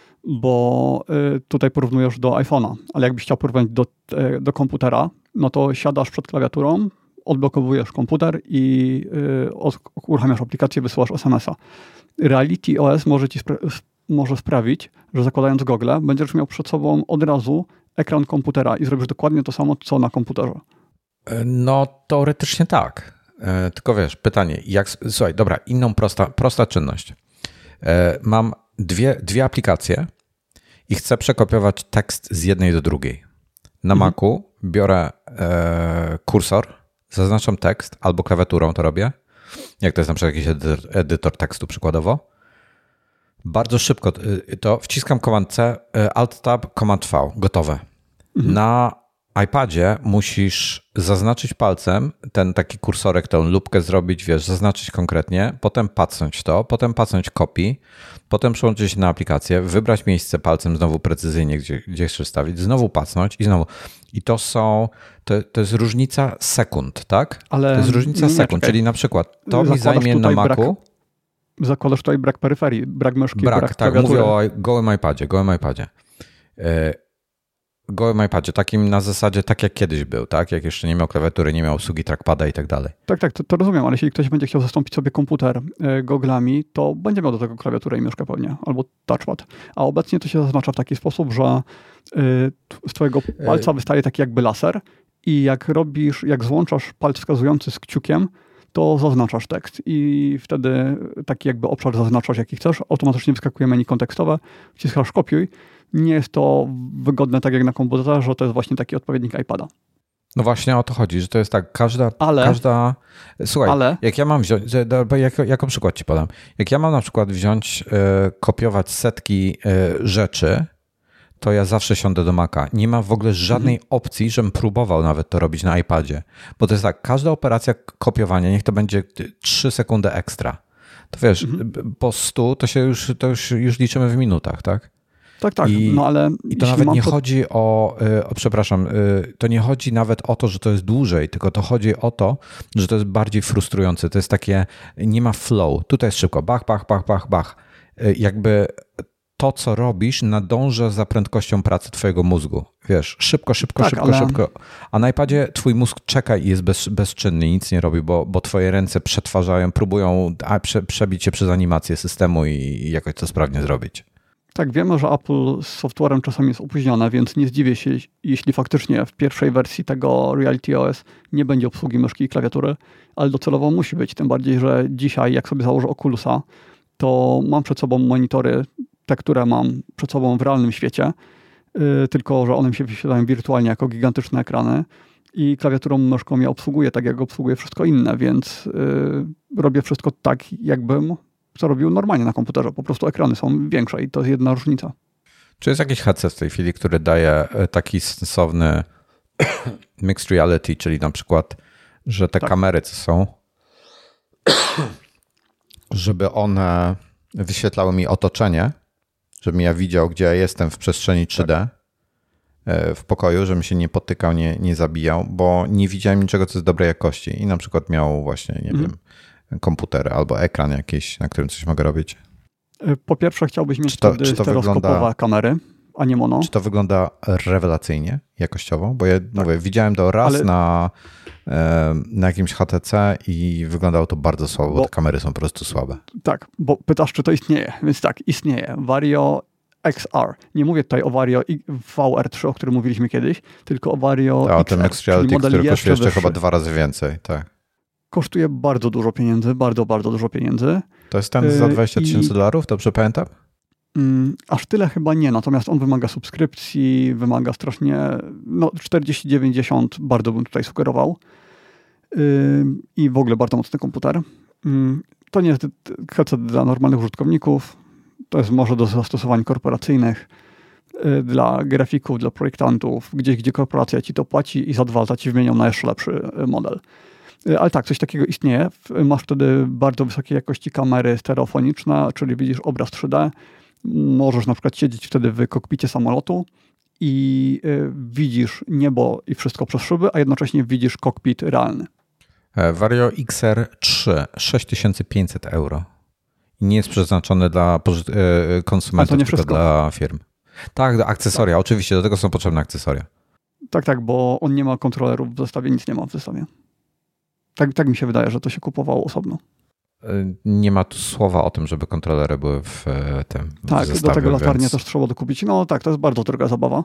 bo y, tutaj porównujesz do iPhone'a, ale jakbyś chciał porównać do, y, do komputera, no to siadasz przed klawiaturą, odblokowujesz komputer i y, od, uruchamiasz aplikację, wysyłasz es em es a. Reality O S może ci spra- może sprawić, że zakładając gogle, będziesz miał przed sobą od razu ekran komputera i zrobisz dokładnie to samo, co na komputerze. No teoretycznie tak. Tylko wiesz, pytanie, jak, słuchaj, dobra, inną prosta, prosta czynność. Mam dwie, dwie aplikacje i chcę przekopiować tekst z jednej do drugiej. Na mhm. Macu biorę e, kursor, zaznaczam tekst, albo klawiaturą to robię, jak to jest na przykład jakiś edytor, edytor tekstu przykładowo. Bardzo szybko to wciskam Command C, Alt Tab, Command V, gotowe. Mhm. Na iPadzie musisz zaznaczyć palcem ten taki kursorek, tę lupkę zrobić, wiesz, zaznaczyć konkretnie, potem pacnąć to, potem pacnąć copy, potem przełączyć się na aplikację, wybrać miejsce palcem znowu precyzyjnie, gdzie, gdzie chcesz stawić, znowu pacnąć i znowu. I to są, to, to jest różnica sekund, tak? Ale to jest różnica nie, sekund, czekaj. Czyli na przykład to Zakładasz mi zajmie na Macu. Brak, zakładasz tutaj brak peryferii, brak myszki, brak, brak tak, mówię o gołym iPadzie, gołym iPadzie. Yy, gołym iPadzie, takim na zasadzie tak jak kiedyś był, tak? Jak jeszcze nie miał klawiatury, nie miał obsługi trackpada i tak dalej. Tak, tak, to, to rozumiem, ale jeśli ktoś będzie chciał zastąpić sobie komputer y, goglami, to będzie miał do tego klawiaturę i myszkę pewnie, albo touchpad. A obecnie to się zaznacza w taki sposób, że y, z twojego palca wystaje taki jakby laser i jak robisz, jak złączasz palec wskazujący z kciukiem, to zaznaczasz tekst i wtedy taki jakby obszar zaznaczasz jaki chcesz, automatycznie wyskakuje menu kontekstowe, wciskasz kopiuj. Nie jest to wygodne tak jak na komputerze, że to jest właśnie taki odpowiednik iPada. No właśnie o to chodzi, że to jest tak, każda... Ale, każda słuchaj, ale, jak ja mam wziąć, jako, jako przykład ci podam, jak ja mam na przykład wziąć, y, kopiować setki y, rzeczy, to ja zawsze siądę do Maca. Nie ma w ogóle żadnej mhm. opcji, żebym próbował nawet to robić na iPadzie. Bo to jest tak, każda operacja kopiowania, niech to będzie trzy sekundy ekstra. To wiesz, mhm. po stu to się już, to już, już liczymy w minutach, tak? Tak, tak. I, no ale i to nawet nie to... chodzi o, o, przepraszam, to nie chodzi nawet o to, że to jest dłużej, tylko to chodzi o to, że to jest bardziej frustrujące. To jest takie, nie ma flow. Tutaj jest szybko, bach, bach, bach, bach, bach. Jakby to, co robisz, nadąża za prędkością pracy twojego mózgu. Wiesz, szybko, szybko, tak, szybko, ale... szybko. A na iPadzie twój mózg czeka i jest bez, bezczynny, nic nie robi, bo, bo twoje ręce przetwarzają, próbują a, prze, przebić się przez animację systemu i, i jakoś to sprawnie zrobić. Tak, wiemy, że Apple z softwarem czasami jest opóźnione, więc nie zdziwię się, jeśli faktycznie w pierwszej wersji tego Reality O S nie będzie obsługi myszki i klawiatury, ale docelowo musi być, tym bardziej, że dzisiaj jak sobie założę Oculusa, to mam przed sobą monitory, te, które mam przed sobą w realnym świecie, yy, tylko że one mi się wyświetlają wirtualnie jako gigantyczne ekrany i klawiaturą, myszką ja obsługuję tak, jak obsługuję wszystko inne, więc yy, robię wszystko tak, jakbym co robił normalnie na komputerze. Po prostu ekrany są większe i to jest jedna różnica. Czy jest jakiś headset w tej chwili, który daje taki sensowny mixed reality, czyli na przykład, że te tak. kamery, co są, żeby one wyświetlały mi otoczenie, żebym ja widział, gdzie ja jestem w przestrzeni trzy D tak. w pokoju, żebym się nie potykał, nie, nie zabijał, bo nie widziałem niczego, co jest dobrej jakości i na przykład miał właśnie, nie mm. wiem, komputer albo ekran jakiś, na którym coś mogę robić. Po pierwsze chciałbyś mieć to, wtedy stereoskopowe wygląda, kamery, a nie mono. Czy to wygląda rewelacyjnie jakościowo? Bo ja tak. mówię, widziałem to raz Ale... na, na jakimś H T C i wyglądało to bardzo słabo, bo, bo te kamery są po prostu słabe. Tak, bo pytasz, czy to istnieje. Więc tak, istnieje. Vario X R. Nie mówię tutaj o Vario V R trzy, o którym mówiliśmy kiedyś, tylko o Vario Ta, X R. O tym Mixed Reality, który kosztuje jeszcze chyba dwa razy więcej. Tak. Kosztuje bardzo dużo pieniędzy, bardzo, bardzo dużo pieniędzy. To jest ten za dwadzieścia tysięcy dolarów, dobrze pamiętam? Aż tyle chyba nie, natomiast on wymaga subskrypcji, wymaga strasznie, no czterdzieści dziewięćdziesiąt bardzo bym tutaj sugerował i w ogóle bardzo mocny komputer. To nie jest headset dla normalnych użytkowników, to jest może do zastosowań korporacyjnych, dla grafików, dla projektantów, gdzieś gdzie korporacja ci to płaci i za dwa lata ci wymienią na jeszcze lepszy model. Ale tak, coś takiego istnieje. Masz wtedy bardzo wysokiej jakości kamery stereofoniczne, czyli widzisz obraz trzy D. Możesz na przykład siedzieć wtedy w kokpicie samolotu i y, widzisz niebo i wszystko przez szyby, a jednocześnie widzisz kokpit realny. Vario X R trzy, sześć tysięcy pięćset euro. Nie jest przeznaczony dla konsumentów, tylko dla firm. Tak, akcesoria, tak. Oczywiście, do tego są potrzebne akcesoria. Tak, tak, bo on nie ma kontrolerów w zestawie, nic nie ma w zestawie. Tak, tak mi się wydaje, że to się kupowało osobno. Nie ma tu słowa o tym, żeby kontrolery były w tym Tak, w zestawie, do tego latarnię więc... też trzeba dokupić. No tak, to jest bardzo droga zabawa.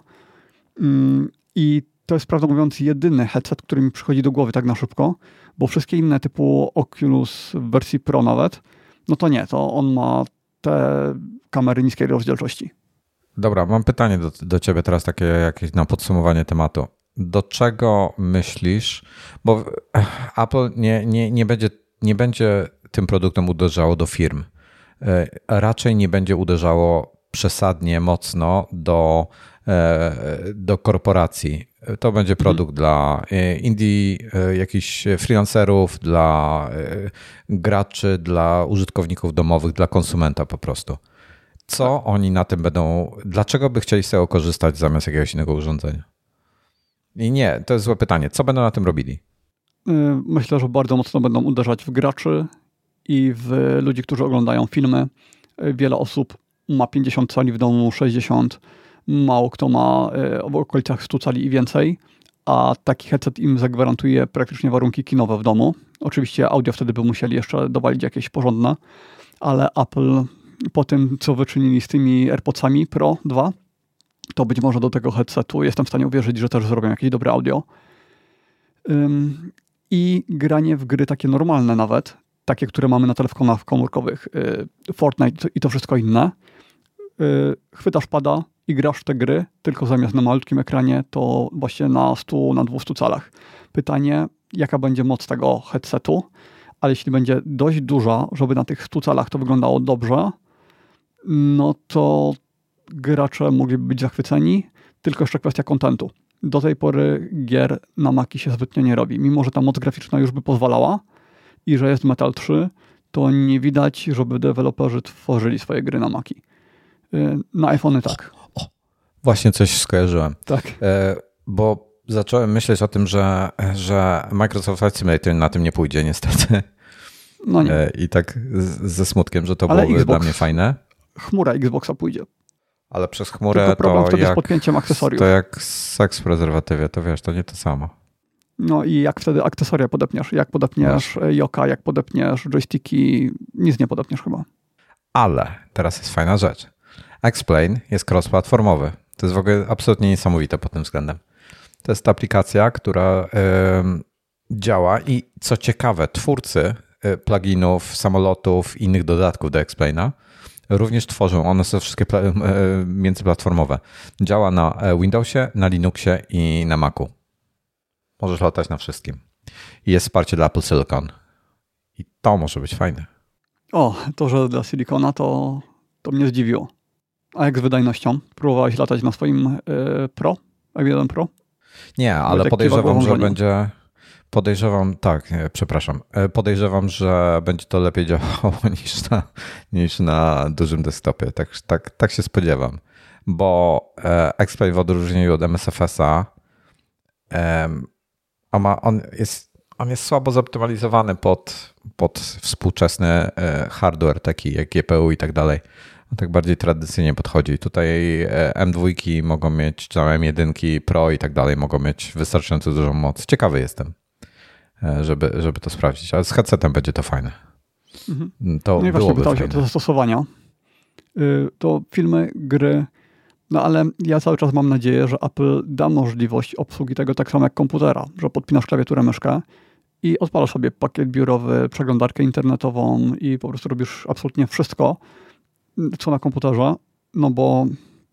I to jest, prawdę mówiąc, jedyny headset, który mi przychodzi do głowy tak na szybko, bo wszystkie inne typu Oculus w wersji Pro nawet, no to nie, to on ma te kamery niskiej rozdzielczości. Dobra, mam pytanie do, do ciebie teraz takie jakieś na podsumowanie tematu. Do czego myślisz, bo Apple nie, nie, nie, będzie, nie będzie tym produktem uderzało do firm. Raczej nie będzie uderzało przesadnie mocno do, do korporacji. To będzie produkt mhm. dla indie, jakichś freelancerów, dla graczy, dla użytkowników domowych, dla konsumenta po prostu. Co tak. oni na tym będą, dlaczego by chcieli z tego korzystać zamiast jakiegoś innego urządzenia? I nie, to jest złe pytanie. Co będą na tym robili? Myślę, że bardzo mocno będą uderzać w graczy i w ludzi, którzy oglądają filmy. Wiele osób ma pięćdziesiąt cali w domu, sześćdziesiąt. Mało kto ma w okolicach stu cali i więcej, a taki headset im zagwarantuje praktycznie warunki kinowe w domu. Oczywiście audio wtedy by musieli jeszcze dowalić jakieś porządne, ale Apple po tym, co wyczynili z tymi AirPodsami Pro dwa, to być może do tego headsetu jestem w stanie uwierzyć, że też zrobią jakieś dobre audio. Ym, I granie w gry takie normalne nawet, takie, które mamy na telefonach komórkowych, yy, Fortnite i to wszystko inne. Yy, chwytasz pada i grasz w te gry, tylko zamiast na malutkim ekranie, to właśnie na stu, na dwustu calach. Pytanie, jaka będzie moc tego headsetu, ale jeśli będzie dość duża, żeby na tych stu calach to wyglądało dobrze, no to gracze mogliby być zachwyceni, tylko jeszcze kwestia kontentu. Do tej pory gier na Maci się zbytnio nie robi. Mimo że ta moc graficzna już by pozwalała i że jest Metal trzy, to nie widać, żeby deweloperzy tworzyli swoje gry na Maci. Na iPhony tak. O, o, właśnie coś skojarzyłem. Tak. E, bo zacząłem myśleć o tym, że, że Microsoft Flight Simulator na tym nie pójdzie niestety. No nie. E, I tak z, ze smutkiem, że to Ale byłoby Xbox, dla mnie fajne. Chmura Xboxa pójdzie. Ale przez chmurę Tylko problem to wtedy jak, z podpięciem akcesoriów. To jak seks w prezerwatywie, to wiesz, to nie to samo. No i jak wtedy akcesoria podepniesz? Jak podepniesz Wiesz. Joka, jak podepniesz joysticki? Nic nie podepniesz chyba. Ale teraz jest fajna rzecz. X-Plane jest cross-platformowy. To jest w ogóle absolutnie niesamowite pod tym względem. To jest aplikacja, która y, działa i co ciekawe, twórcy y, pluginów, samolotów i innych dodatków do X-Plane'a również tworzą. One są wszystkie pla- y, międzyplatformowe. Działa na Windowsie, na Linuxie i na Macu. Możesz latać na wszystkim. I jest wsparcie dla Apple Silicon. I to może być fajne. O, to, że dla Silicona to, to mnie zdziwiło. A jak z wydajnością? Próbowałeś latać na swoim y, Pro? M jeden Pro? Nie, ale podejrzewam, że będzie... Podejrzewam, tak, nie, przepraszam. Podejrzewam, że będzie to lepiej działało niż na, niż na dużym desktopie. Tak, tak, tak się spodziewam. Bo e, X-Plane w odróżnieniu od M S F S-a e, on, ma, on, jest, on jest słabo zoptymalizowany pod, pod współczesny e, hardware taki jak G P U i tak dalej. On tak bardziej tradycyjnie podchodzi. Tutaj M dwa mogą mieć, czy M jeden Pro i tak dalej mogą mieć wystarczająco dużą moc. Ciekawy jestem, żeby, żeby to sprawdzić. Ale z headsetem będzie to fajne. Mhm. To no i właśnie pytałem się o fajne. te zastosowania. To filmy, gry, no ale ja cały czas mam nadzieję, że Apple da możliwość obsługi tego tak samo jak komputera, że podpinasz klawiaturę, myszkę i odpalasz sobie pakiet biurowy, przeglądarkę internetową i po prostu robisz absolutnie wszystko, co na komputerze no bo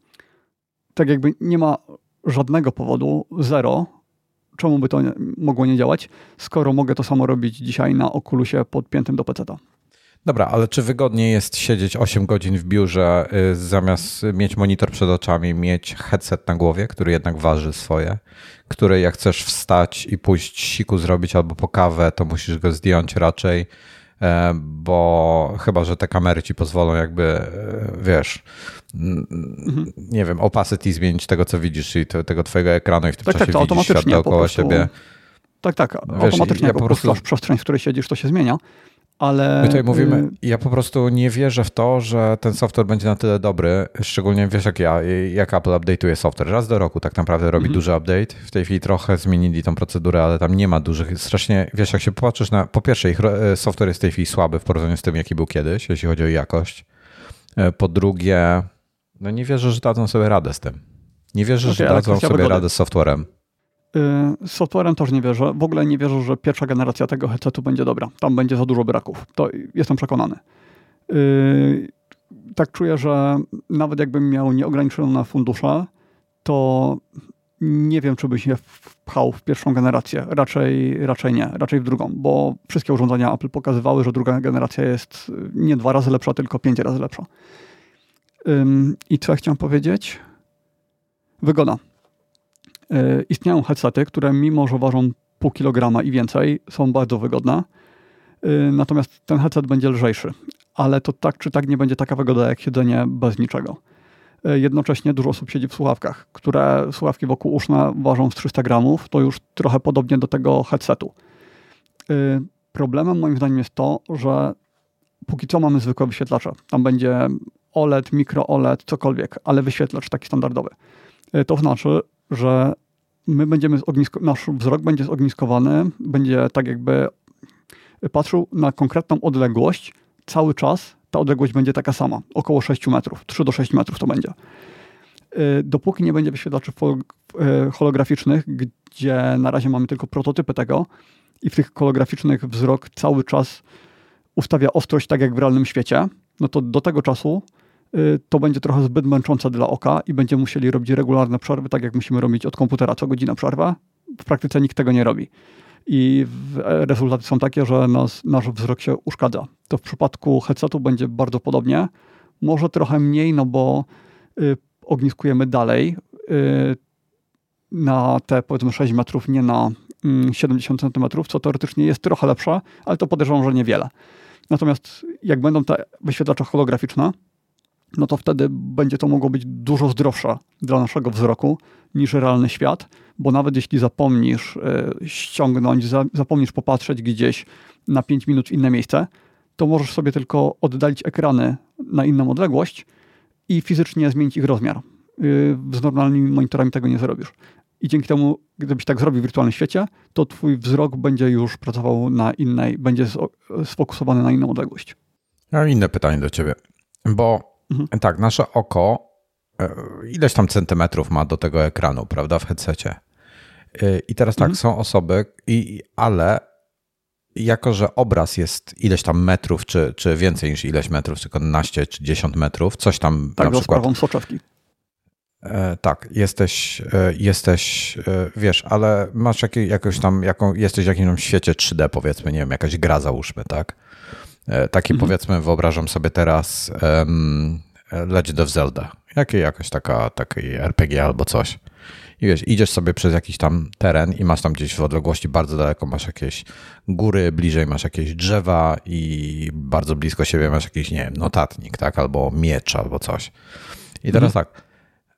tak jakby nie ma żadnego powodu, zero, czemu by to nie, mogło nie działać, skoro mogę to samo robić dzisiaj na Oculusie podpiętym do peceta. Dobra, ale czy wygodniej jest siedzieć osiem godzin w biurze, y, zamiast mieć monitor przed oczami, mieć headset na głowie, który jednak waży swoje, który jak chcesz wstać i pójść siku zrobić albo po kawę, to musisz go zdjąć raczej, bo chyba, że te kamery ci pozwolą jakby, wiesz, mhm. nie wiem, opacity zmienić tego, co widzisz, czyli tego twojego ekranu i w tym tak, czasie tak, widzisz świat dookoła prostu, siebie. Tak, tak, wiesz, automatycznie ja jak opuszczasz przestrzeń, w której siedzisz, to się zmienia. Ale... My tutaj mówimy, ja po prostu nie wierzę w to, że ten software będzie na tyle dobry, szczególnie wiesz jak ja, jak Apple update'uje software. Raz do roku tak naprawdę robi mm-hmm. duży update. W tej chwili trochę zmienili tą procedurę, ale tam nie ma dużych, strasznie, wiesz jak się popatrzysz na, po pierwsze ich software jest w tej chwili słaby w porównaniu z tym, jaki był kiedyś, jeśli chodzi o jakość. Po drugie, no nie wierzę, że dadzą sobie radę z tym. Nie wierzę, okay, że dadzą sobie wygody. radę z softwarem. Z softwarem też nie wierzę. W ogóle nie wierzę, że pierwsza generacja tego headsetu będzie dobra. Tam będzie za dużo braków. To jestem przekonany. Yy, tak czuję, że nawet jakbym miał nieograniczone fundusze, to nie wiem, czy by się wpchał w pierwszą generację. Raczej, raczej nie. Raczej w drugą, bo wszystkie urządzenia Apple pokazywały, że druga generacja jest nie dwa razy lepsza, tylko pięć razy lepsza. Yy, I co ja chciałem powiedzieć? Wygoda. Yy, istnieją headsety, które mimo, że ważą pół kilograma i więcej, są bardzo wygodne. Yy, natomiast ten headset będzie lżejszy. Ale to tak czy tak nie będzie taka wygoda jak siedzenie bez niczego. Yy, jednocześnie dużo osób siedzi w słuchawkach, które słuchawki wokół uszna ważą z trzysta gramów. To już trochę podobnie do tego headsetu. Yy, problemem moim zdaniem jest to, że póki co mamy zwykłe wyświetlacze. Tam będzie O L E D, mikro O L E D, cokolwiek, ale wyświetlacz taki standardowy. Yy, to znaczy, że my będziemy zognisko- nasz wzrok będzie zogniskowany, będzie tak jakby patrzył na konkretną odległość cały czas. Ta odległość będzie taka sama, około sześć metrów, trzy do sześciu metrów to będzie. Dopóki nie będzie wyświetlaczy holograficznych, gdzie na razie mamy tylko prototypy tego i w tych holograficznych wzrok cały czas ustawia ostrość tak jak w realnym świecie, no to do tego czasu to będzie trochę zbyt męczące dla oka i będziemy musieli robić regularne przerwy, tak jak musimy robić od komputera co godzinę przerwę. W praktyce nikt tego nie robi. I rezultaty są takie, że nas, nasz wzrok się uszkadza. To w przypadku headsetu będzie bardzo podobnie. Może trochę mniej, no bo y, ogniskujemy dalej y, na te powiedzmy sześć metrów, nie na y, siedemdziesiąt centymetrów, co teoretycznie jest trochę lepsze, ale to podejrzewam, że niewiele. Natomiast jak będą te wyświetlacze holograficzne, no to wtedy będzie to mogło być dużo zdrowsze dla naszego wzroku niż realny świat, bo nawet jeśli zapomnisz y, ściągnąć, za, zapomnisz popatrzeć gdzieś na pięć minut w inne miejsce, to możesz sobie tylko oddalić ekrany na inną odległość i fizycznie zmienić ich rozmiar. Y, z normalnymi monitorami tego nie zrobisz. I dzięki temu, gdybyś tak zrobił w wirtualnym świecie, to twój wzrok będzie już pracował na innej, będzie sfokusowany na inną odległość. Ja mam inne pytanie do ciebie, bo Mhm. tak, nasze oko ileś tam centymetrów ma do tego ekranu, prawda, w headsetie. I teraz tak, mhm. są osoby, i, ale jako, że obraz jest ileś tam metrów, czy, czy więcej niż ileś metrów, tylko naście czy dziesięć metrów, coś tam tak, na przykład... Tak, z soczewki. E, tak, jesteś, e, jesteś, e, wiesz, ale masz jakieś, jakoś tam, jaką, jesteś w jakimś świecie trzy D, powiedzmy, nie wiem, jakaś gra załóżmy, tak? E, taki mhm. powiedzmy, wyobrażam sobie teraz um, Legend of Zelda, jakie, jakaś taka, taki R P G albo coś. I wiesz, idziesz sobie przez jakiś tam teren i masz tam gdzieś w odległości bardzo daleko, masz jakieś góry, bliżej masz jakieś drzewa i bardzo blisko siebie masz jakiś, nie wiem, notatnik, tak? Albo miecz, albo coś. I teraz mhm. tak,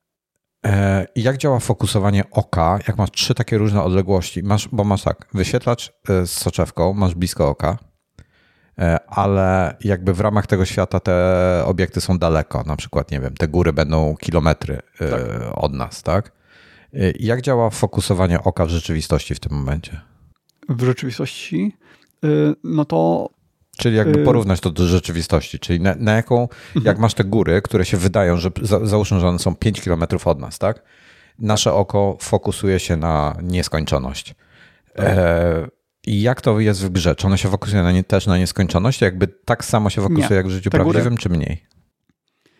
e, jak działa fokusowanie oka, jak masz trzy takie różne odległości, masz, bo masz tak, wyświetlacz z soczewką, masz blisko oka, e, ale jakby w ramach tego świata te obiekty są daleko, na przykład, nie wiem, te góry będą kilometry e, tak. od nas, tak? Jak działa fokusowanie oka w rzeczywistości w tym momencie? W rzeczywistości? No to... Czyli jakby porównać to do rzeczywistości, czyli na, na jaką, mhm. jak masz te góry, które się wydają, że za, załóżmy, że one są pięć kilometrów od nas, tak? Nasze oko fokusuje się na nieskończoność. E, I jak to jest w grze? Czy ono się fokusuje na nie, też na nieskończoność? Jakby tak samo się fokusuje nie. jak w życiu te prawdziwym, góry... czy mniej?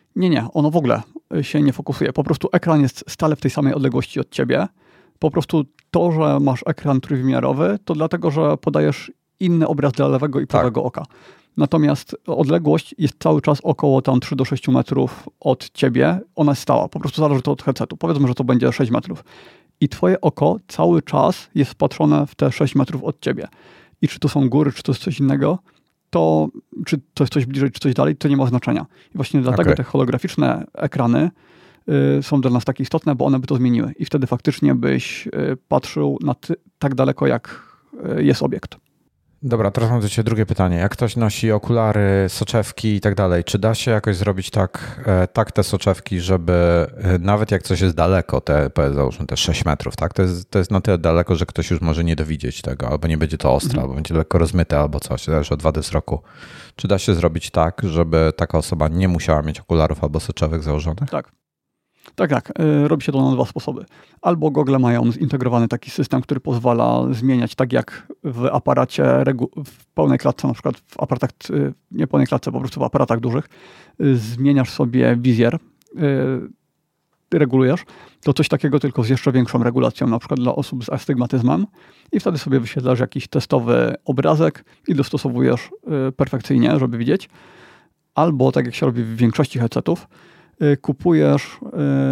Nie, nie, ono w ogóle się nie fokusuje. Po prostu ekran jest stale w tej samej odległości od ciebie. Po prostu to, że masz ekran trójwymiarowy, to dlatego, że podajesz inny obraz dla lewego i prawego tak. oka. Natomiast odległość jest cały czas około tam trzy do sześciu metrów od ciebie. Ona jest stała. Po prostu zależy to od headsetu. Powiedzmy, że to będzie sześć metrów. I twoje oko cały czas jest wpatrzone w te sześć metrów od ciebie. I czy to są góry, czy to jest coś innego, to czy to jest coś bliżej, czy coś dalej, to nie ma znaczenia. I właśnie dlatego okay. te holograficzne ekrany y, są dla nas takie istotne, bo one by to zmieniły. I wtedy faktycznie byś y, patrzył na ty, tak daleko, jak y, jest obiekt. Dobra, teraz mam do ciebie drugie pytanie. Jak ktoś nosi okulary, soczewki i tak dalej, czy da się jakoś zrobić tak, tak te soczewki, żeby nawet jak coś jest daleko, te załóżmy te sześć metrów, tak? To jest, to jest na tyle daleko, że ktoś już może nie dowidzieć tego, albo nie będzie to ostre, mhm. albo będzie lekko rozmyte, albo coś, zależy od wady wzroku. Czy da się zrobić tak, żeby taka osoba nie musiała mieć okularów albo soczewek założonych? Tak. Tak, tak. Robi się to na dwa sposoby. Albo gogle mają zintegrowany taki system, który pozwala zmieniać tak jak w aparacie regu- w pełnej klatce, na przykład w aparatach, nie pełnej klatce, po prostu w aparatach dużych, zmieniasz sobie wizjer, regulujesz, to coś takiego tylko z jeszcze większą regulacją, na przykład dla osób z astygmatyzmem i wtedy sobie wyświetlasz jakiś testowy obrazek i dostosowujesz perfekcyjnie, żeby widzieć. Albo tak jak się robi w większości headsetów, kupujesz y,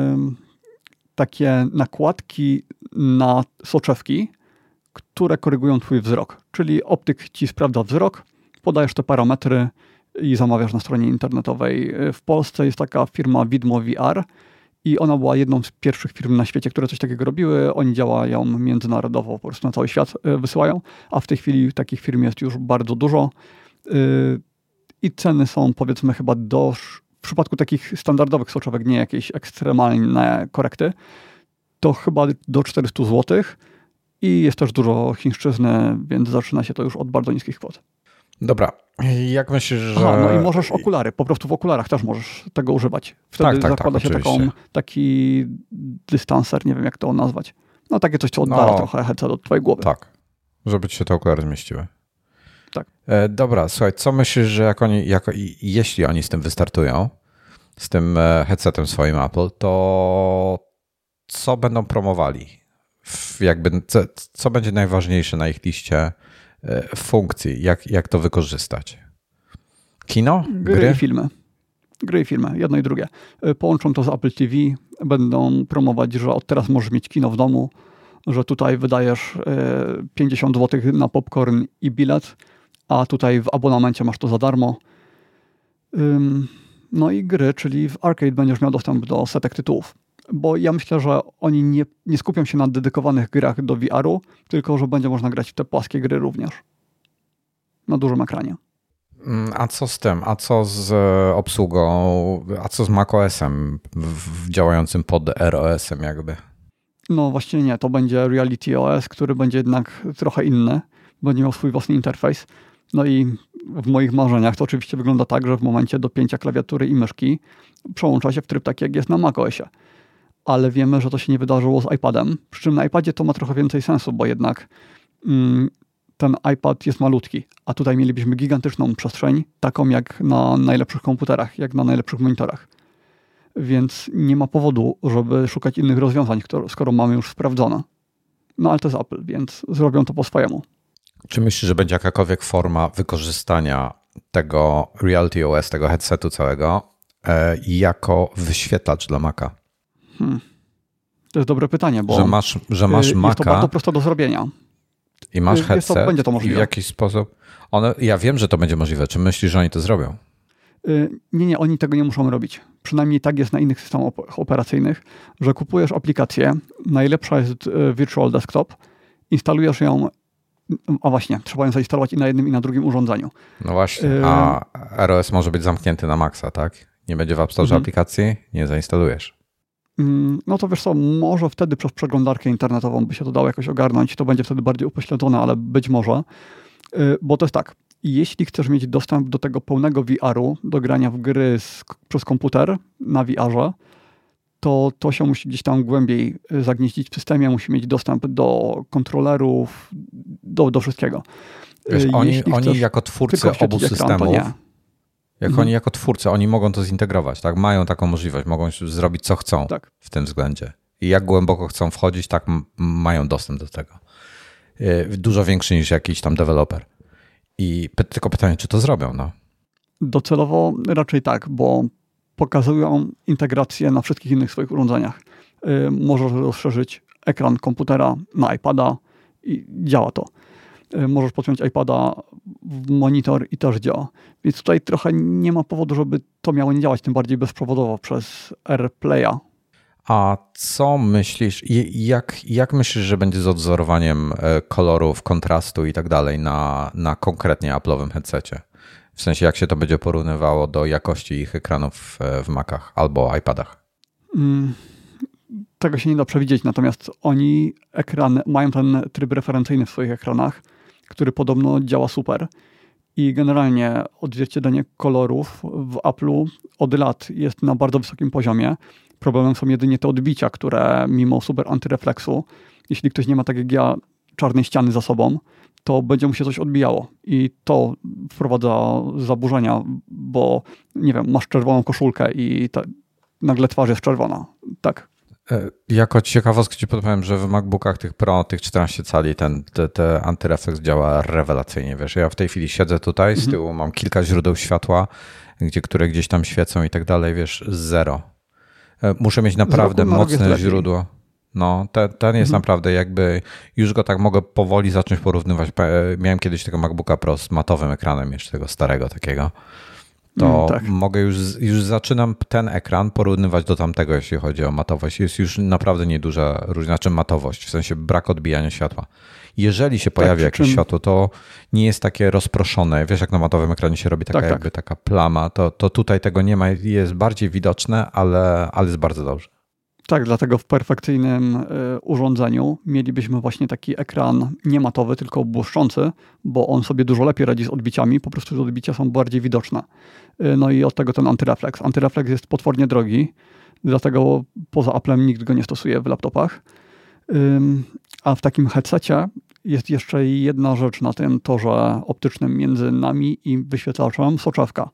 takie nakładki na soczewki, które korygują twój wzrok. Czyli optyk ci sprawdza wzrok, podajesz te parametry i zamawiasz na stronie internetowej. W Polsce jest taka firma Widmo V R i ona była jedną z pierwszych firm na świecie, które coś takiego robiły. Oni działają międzynarodowo, po prostu na cały świat wysyłają, a w tej chwili takich firm jest już bardzo dużo y, i ceny są powiedzmy chyba do... W przypadku takich standardowych soczewek, nie jakieś ekstremalne korekty, to chyba do czterysta złotych i jest też dużo chińszczyzny, więc zaczyna się to już od bardzo niskich kwot. Dobra, jak myślisz, że... Aha, no i możesz okulary, po prostu w okularach też możesz tego używać. Wtedy tak, tak, zakłada tak, się taką, taki dystanser, nie wiem jak to nazwać. No takie coś, co oddala no, trochę headset od twojej głowy. Tak, żeby ci się te okulary zmieściły. Tak. E, dobra, słuchaj, co myślisz, że jak oni, jak, jeśli oni z tym wystartują, z tym headsetem swoim Apple, to co będą promowali? Jakby, co, co będzie najważniejsze na ich liście funkcji? Jak, jak to wykorzystać? Kino? Gry? Gry i filmy. Gry i filmy, jedno i drugie. Połączą to z Apple T V, będą promować, że od teraz możesz mieć kino w domu, że tutaj wydajesz pięćdziesiąt złotych na popcorn i bilet, a tutaj w abonamencie masz to za darmo. No i gry, czyli w Arcade będziesz miał dostęp do setek tytułów. Bo ja myślę, że oni nie, nie skupią się na dedykowanych grach do V R-u, tylko że będzie można grać w te płaskie gry również. Na dużym ekranie. A co z tym? A co z obsługą? A co z macOS-em w, działającym pod R O S-em jakby? No właśnie nie. To będzie Reality O S, który będzie jednak trochę inny. Będzie miał swój własny interfejs. No i w moich marzeniach to oczywiście wygląda tak, że w momencie dopięcia klawiatury i myszki przełącza się w tryb taki, jak jest na macOSie. Ale wiemy, że to się nie wydarzyło z iPadem. Przy czym na iPadzie to ma trochę więcej sensu, bo jednak mm, ten iPad jest malutki, a tutaj mielibyśmy gigantyczną przestrzeń, taką jak na najlepszych komputerach, jak na najlepszych monitorach. Więc nie ma powodu, żeby szukać innych rozwiązań, skoro mamy już sprawdzone. No ale to jest Apple, więc zrobią to po swojemu. Czy myślisz, że będzie jakakolwiek forma wykorzystania tego Reality O S, tego headsetu całego e, jako wyświetlacz dla Maca? Hmm. To jest dobre pytanie, bo że masz, że masz Maca, jest to bardzo prosto do zrobienia. I masz headset to, będzie to możliwe. I w jakiś sposób... One, ja wiem, że to będzie możliwe. Czy myślisz, że oni to zrobią? Nie, nie, oni tego nie muszą robić. Przynajmniej tak jest na innych systemach operacyjnych, że kupujesz aplikację, najlepsza jest Virtual Desktop, instalujesz ją, a właśnie, trzeba ją zainstalować i na jednym, i na drugim urządzeniu. No właśnie, a R O S może być zamknięty na maksa, tak? Nie będzie w App Store mhm. aplikacji, nie zainstalujesz. No to wiesz co, może wtedy przez przeglądarkę internetową by się to dało jakoś ogarnąć, to będzie wtedy bardziej upośledzone, ale być może, bo to jest tak, jeśli chcesz mieć dostęp do tego pełnego V R-u, do grania w gry z, przez komputer na V R-ze, to to się musi gdzieś tam głębiej zagnieździć w systemie, musi mieć dostęp do kontrolerów, do, do wszystkiego. Wiesz, oni, oni jako twórcy obu systemów, Jak mhm. oni jako twórcy, oni mogą to zintegrować, tak? Mają taką możliwość, mogą zrobić co chcą tak. w tym względzie. I jak głęboko chcą wchodzić, tak m- mają dostęp do tego. Yy, dużo większy niż jakiś tam deweloper. I py- tylko pytanie, czy to zrobią, no? Docelowo raczej tak, bo pokazują integrację na wszystkich innych swoich urządzeniach. Yy, możesz rozszerzyć ekran komputera na iPada i działa to. Yy, możesz podpiąć iPada w monitor i też działa. Więc tutaj trochę nie ma powodu, żeby to miało nie działać, tym bardziej bezprzewodowo przez AirPlaya. A co myślisz, jak, jak myślisz, że będzie z odzorowaniem kolorów, kontrastu i tak dalej na, na konkretnie Apple'owym headsetie? W sensie, jak się to będzie porównywało do jakości ich ekranów w Macach albo iPadach? Mm, tego się nie da przewidzieć, natomiast oni ekran, mają ten tryb referencyjny w swoich ekranach, który podobno działa super. I generalnie odzwierciedlenie kolorów w Apple'u od lat jest na bardzo wysokim poziomie. Problemem są jedynie te odbicia, które mimo super antyrefleksu, jeśli ktoś nie ma tak jak ja czarnej ściany za sobą, to będzie mu się coś odbijało. I to wprowadza zaburzenia, bo nie wiem, masz czerwoną koszulkę i ta, nagle twarz jest czerwona. Tak. Jako ciekawostkę ci podpowiem, że w MacBookach tych Pro, tych czternaście cali, ten, te, te antyrefleks działa rewelacyjnie. Wiesz, ja w tej chwili siedzę tutaj, z tyłu mam kilka źródeł światła, gdzie, które gdzieś tam świecą i tak dalej, wiesz, zero. Muszę mieć naprawdę mocne źródło. No, ten, ten jest mhm. naprawdę jakby, już go tak mogę powoli zacząć porównywać. Miałem kiedyś tego MacBooka Pro z matowym ekranem, jeszcze tego starego takiego. To mm, tak. mogę już, już zaczynam ten ekran porównywać do tamtego, jeśli chodzi o matowość. Jest już naprawdę nieduża różnica, znaczy matowość, w sensie brak odbijania światła. Jeżeli się pojawi tak, jakieś czym... światło, to nie jest takie rozproszone. Wiesz, jak na matowym ekranie się robi taka tak, jakby tak. taka plama, to, to tutaj tego nie ma. Jest bardziej widoczne, ale, ale jest bardzo dobrze. Tak, dlatego w perfekcyjnym y, urządzeniu mielibyśmy właśnie taki ekran nie matowy, tylko błyszczący, bo on sobie dużo lepiej radzi z odbiciami, po prostu te odbicia są bardziej widoczne. Y, no i od tego ten antyrefleks. Antyrefleks jest potwornie drogi, dlatego poza Applem nikt go nie stosuje w laptopach. Y, a w takim headsetie jest jeszcze jedna rzecz na tym torze optycznym między nami i wyświetlaczem, soczewka.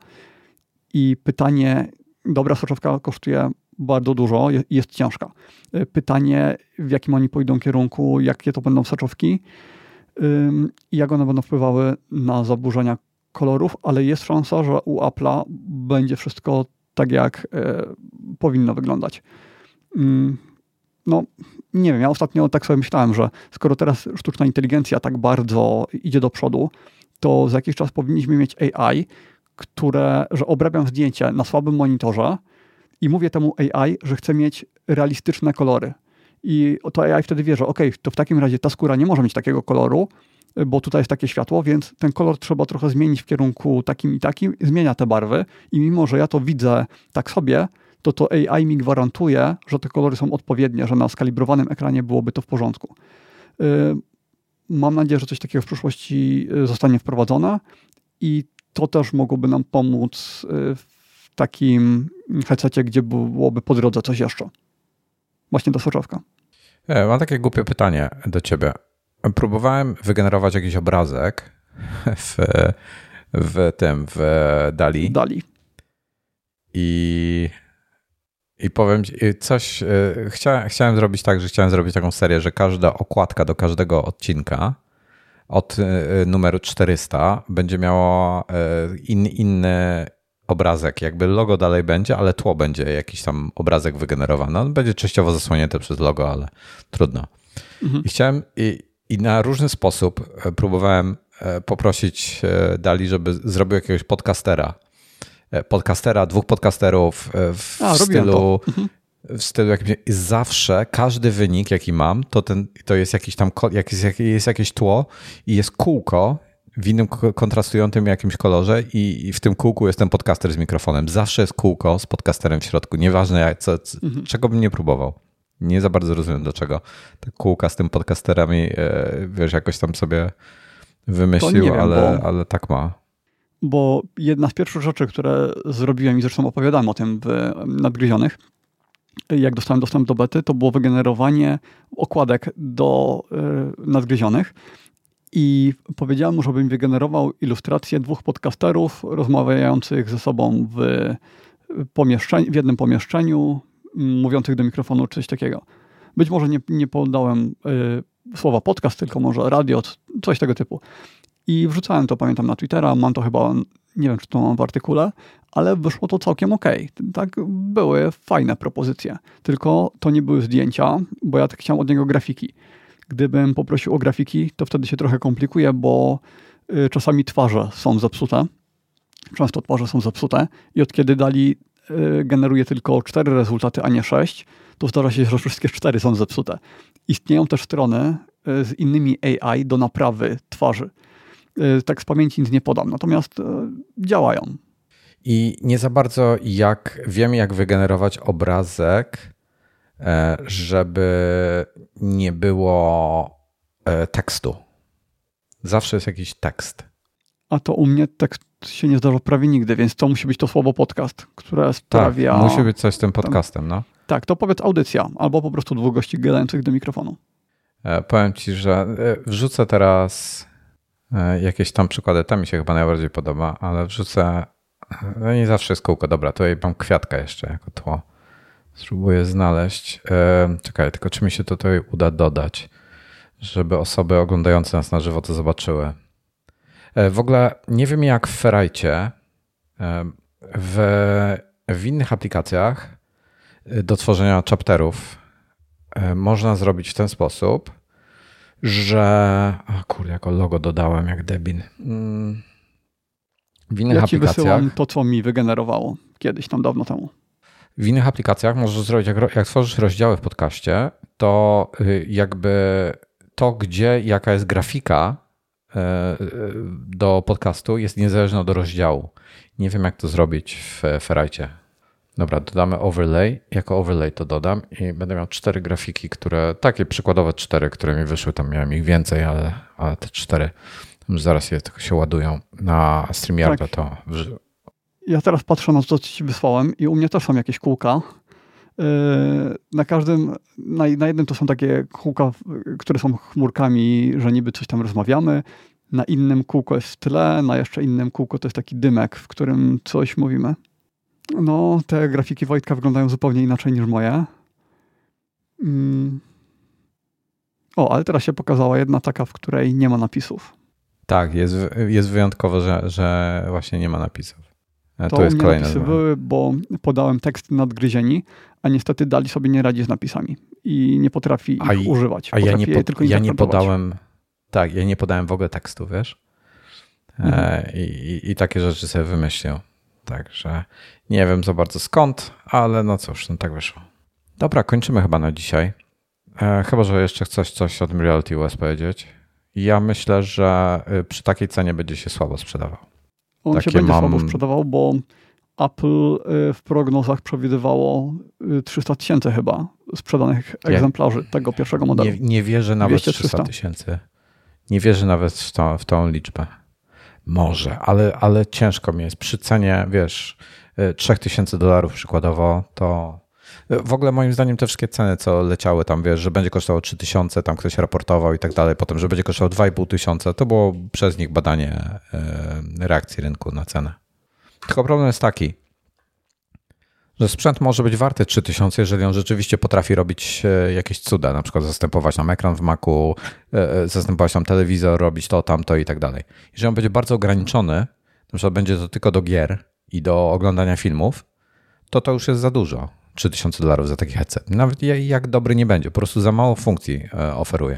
I pytanie, dobra soczewka kosztuje bardzo dużo, jest ciężka. Pytanie, w jakim oni pójdą kierunku, jakie to będą soczewki i jak one będą wpływały na zaburzenia kolorów, ale jest szansa, że u Apple'a będzie wszystko tak, jak powinno wyglądać. No, nie wiem, ja ostatnio tak sobie myślałem, że skoro teraz sztuczna inteligencja tak bardzo idzie do przodu, to za jakiś czas powinniśmy mieć A I, które, że obrabiam zdjęcie na słabym monitorze i mówię temu A I, że chcę mieć realistyczne kolory. I to A I wtedy wie, że ok, to w takim razie ta skóra nie może mieć takiego koloru, bo tutaj jest takie światło, więc ten kolor trzeba trochę zmienić w kierunku takim i takim, zmienia te barwy i mimo, że ja to widzę tak sobie, to to A I mi gwarantuje, że te kolory są odpowiednie, że na skalibrowanym ekranie byłoby to w porządku. Mam nadzieję, że coś takiego w przyszłości zostanie wprowadzone i to też mogłoby nam pomóc w takim headsetie, gdzie byłoby po drodze coś jeszcze. Właśnie ta soczewka. Ja mam takie głupie pytanie do ciebie. Próbowałem wygenerować jakiś obrazek w, w tym, w Dali. Dali. I, i powiem ci, coś, chciałem, chciałem zrobić tak, że chciałem zrobić taką serię, że każda okładka do każdego odcinka od numeru czterysta będzie miało in, inny obrazek. Jakby logo dalej będzie, ale tło będzie jakiś tam obrazek wygenerowany. On będzie częściowo zasłonięty przez logo, ale trudno. Mhm. I chciałem i, i na różny sposób próbowałem poprosić Dali, żeby zrobił jakiegoś podcastera. Podcastera, dwóch podcasterów w A, stylu... Mhm. w stylu jakimś, zawsze każdy wynik, jaki mam, to, ten, to jest jakiś tam, jest, jest jakieś tło i jest kółko w innym kontrastującym jakimś kolorze i, i w tym kółku jest ten podcaster z mikrofonem. Zawsze jest kółko z podcasterem w środku. Nieważne jak, co, mhm. czego bym nie próbował. Nie za bardzo rozumiem, dlaczego te kółka z tym podcasterami, wiesz, jakoś tam sobie wymyślił, wiem, ale, bo... ale tak ma. Bo jedna z pierwszych rzeczy, które zrobiłem i zresztą opowiadałem o tym w Nadgryzionych, jak dostałem dostęp do bety, to było wygenerowanie okładek do y, Nadgryzionych I powiedziałem mu, żeby mi wygenerował ilustrację dwóch podcasterów rozmawiających ze sobą w, pomieszczeniu, w jednym pomieszczeniu, mówiących do mikrofonu czy coś takiego. Być może nie, nie podałem y, słowa podcast, tylko może radio, coś tego typu. I wrzucałem to, pamiętam, na Twittera. Mam to chyba, nie wiem, czy to mam w artykule, ale wyszło to całkiem okej. Tak, były fajne propozycje. Tylko to nie były zdjęcia, bo ja tak chciałem od niego grafiki. Gdybym poprosił o grafiki, to wtedy się trochę komplikuje, bo y, czasami twarze są zepsute. Często twarze są zepsute i od kiedy dali y, generuje tylko cztery rezultaty, a nie sześć, to zdarza się, że wszystkie cztery są zepsute. Istnieją też strony y, z innymi A I do naprawy twarzy. Y, tak z pamięci nic nie podam, natomiast y, działają. I nie za bardzo jak wiem, jak wygenerować obrazek, żeby nie było tekstu. Zawsze jest jakiś tekst. A to u mnie tekst się nie zdarza prawie nigdy, więc to musi być to słowo podcast, które sprawia... Tak, musi być coś z tym podcastem, no. Tak, to powiedz audycja, albo po prostu dwóch gości gadających do mikrofonu. Powiem ci, że wrzucę teraz jakieś tam przykłady, to mi się chyba najbardziej podoba, ale wrzucę, no nie zawsze jest kółko, dobra, tutaj mam kwiatka jeszcze jako tło. Spróbuję znaleźć. Czekaj, tylko czy mi się to tutaj uda dodać, żeby osoby oglądające nas na żywo to zobaczyły. W ogóle nie wiem jak w Ferrite, w, w innych aplikacjach do tworzenia chapterów można zrobić w ten sposób, że... O kurde, jako logo dodałem, jak debil. W innych ja ci aplikacjach... wysyłam to, co mi wygenerowało kiedyś tam dawno temu. W innych aplikacjach możesz zrobić, jak, jak tworzysz rozdziały w podcaście, to jakby to, gdzie, jaka jest grafika do podcastu, jest niezależna od rozdziału. Nie wiem, jak to zrobić w Ferrite. Dobra, dodamy overlay. Jako overlay to dodam i będę miał cztery grafiki, które, takie przykładowe cztery, które mi wyszły, tam miałem ich więcej, ale, ale te cztery już zaraz je tylko się ładują na StreamYarda. Tak. To ja teraz patrzę na to, co ci wysłałem i u mnie też są jakieś kółka. Na każdym, na, na jednym to są takie kółka, które są chmurkami, że niby coś tam rozmawiamy. Na innym kółko jest w tle, na jeszcze innym kółko to jest taki dymek, w którym coś mówimy. No, te grafiki Wojtka wyglądają zupełnie inaczej niż moje. Mm. O, ale teraz się pokazała jedna taka, w której nie ma napisów. Tak, jest, jest wyjątkowo, że, że właśnie nie ma napisów. To, to jest kolejne. Napisy były, bo podałem tekst nadgryzieni, a niestety Dali sobie nie radzi z napisami i nie potrafi a ich i, używać. A ja nie, po, ja nie podałem, tak, ja nie podałem w ogóle tekstu, wiesz? Mhm. E, i, I takie rzeczy sobie wymyślił. Także nie wiem za bardzo skąd, ale no cóż, no tak wyszło. Dobra, kończymy chyba na dzisiaj. E, chyba, że jeszcze chcesz coś o tym Reality O S powiedzieć. Ja myślę, że przy takiej cenie będzie się słabo sprzedawał. On Takie się będzie mam... słabo sprzedawał, bo Apple w prognozach przewidywało trzysta tysięcy chyba sprzedanych ja, egzemplarzy tego pierwszego modelu. Nie, nie wierzę nawet w trzysta tysięcy. Nie wierzę nawet w, to, w tą liczbę. Może, ale, ale ciężko mi jest. Przy cenie, wiesz, trzy tysiące dolarów przykładowo, to w ogóle moim zdaniem te wszystkie ceny, co leciały tam, wiesz, że będzie kosztowało trzy tysiące, tam ktoś raportował i tak dalej, potem, że będzie kosztowało dwa i pół tysiąca, to było przez nich badanie reakcji rynku na cenę. Tylko problem jest taki, że sprzęt może być warty trzy tysiące, jeżeli on rzeczywiście potrafi robić jakieś cuda, na przykład zastępować nam ekran w Macu, zastępować nam telewizor, robić to, tamto i tak dalej. Jeżeli on będzie bardzo ograniczony, na przykład będzie to tylko do gier i do oglądania filmów, to to już jest za dużo. trzy tysiące dolarów za taki headset. Nawet jak dobry nie będzie, po prostu za mało funkcji oferuje.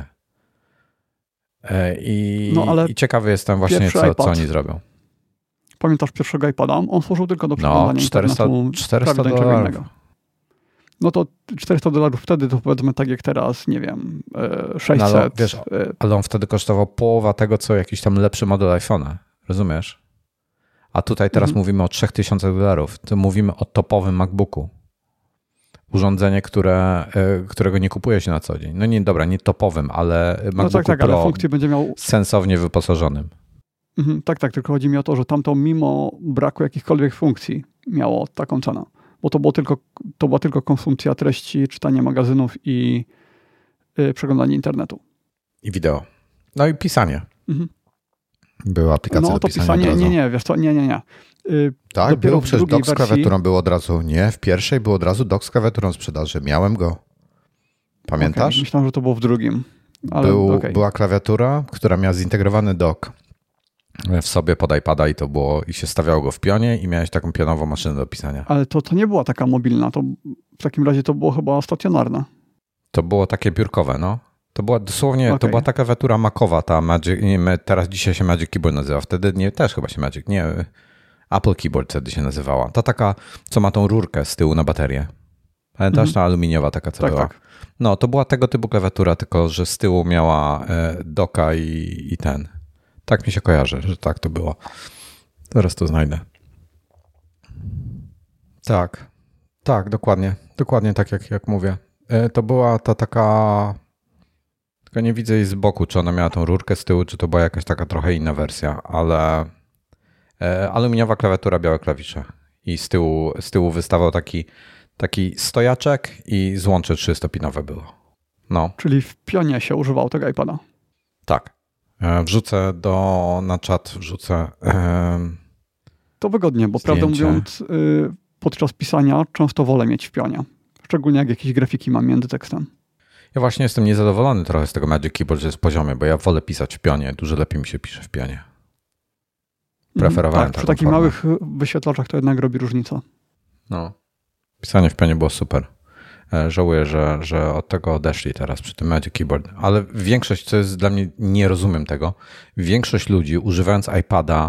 I, no, ale I ciekawy jestem właśnie, co, co oni zrobią. Pamiętasz pierwszego iPada? On służył tylko do przeglądania no, czterysta, internetu. czterysta dolarów. No to czterysta dolarów wtedy to powiedzmy tak jak teraz, nie wiem, sześćset. No, ale, wiesz, ale on wtedy kosztował połowa tego, co jakiś tam lepszy model iPhone'a. Rozumiesz? A tutaj teraz mhm. mówimy o trzy tysiące dolarów. To mówimy o topowym MacBooku. Urządzenie, które, którego nie kupuje się na co dzień. No nie, dobra, nie topowym, ale MacBooku no tak, tak, Pro ale funkcje będzie miał sensownie wyposażonym. Mhm, tak, tak, tylko chodzi mi o to, że tamto mimo braku jakichkolwiek funkcji miało taką cenę. Bo to, było tylko, to była tylko konsumpcja treści, czytanie magazynów i yy, przeglądanie internetu. I wideo. No i pisanie. Mhm. Była aplikacja no, do to pisania pisanie, od razu. nie, nie, wiesz co, nie, nie, nie. Yy, tak, był przecież dock z wersji... klawiaturą był od razu. Nie, w pierwszej był od razu dock z klawiaturą w sprzedaży. Miałem go. Pamiętasz? Okay, myślałem, że to było w drugim. Ale, był, okay. Była klawiatura, która miała zintegrowany dock w sobie pod iPada i to było, i się stawiało go w pionie i miałeś taką pionową maszynę do pisania. Ale to, to nie była taka mobilna, to w takim razie to było chyba stacjonarne. To było takie biurkowe, no. To była dosłownie, okay. to była ta klawiatura Macowa, ta Magic, nie, teraz dzisiaj się Magic Keyboard nazywa, wtedy nie, też chyba się Magic, nie, Apple Keyboard wtedy się nazywała. Ta taka, co ma tą rurkę z tyłu na baterię. Pamiętasz? Mm. Ta aluminiowa taka, co tak, była. Tak. No, to była tego typu klawiatura, tylko że z tyłu miała e, doka i, i ten. Tak mi się kojarzy, że tak to było. Teraz to znajdę. Tak, tak, dokładnie. Dokładnie tak, jak, jak mówię. E, to była ta taka... Tylko nie widzę jej z boku, czy ona miała tą rurkę z tyłu, czy to była jakaś taka trochę inna wersja, ale e, aluminiowa klawiatura, białe klawisze. I z tyłu, z tyłu wystawał taki, taki stojaczek i złącze trzydziestopinowe było. No. Czyli w pionie się używał tego iPada. Tak. E, wrzucę do, na czat, wrzucę e, To wygodnie, bo zdjęcie. Prawdę mówiąc y, podczas pisania często wolę mieć w pionie. Szczególnie jak jakieś grafiki mam między tekstem. Ja właśnie jestem niezadowolony trochę z tego Magic Keyboard, że jest w poziomie, bo ja wolę pisać w pionie. Dużo lepiej mi się pisze w pionie. Preferowałem tak, przy taką takich formę. małych wyświetlaczach to jednak robi różnicę. No. Pisanie w pionie było super. Żałuję, że, że od tego odeszli teraz przy tym Magic Keyboard. Ale większość, co jest dla mnie, nie rozumiem tego, większość ludzi używając iPada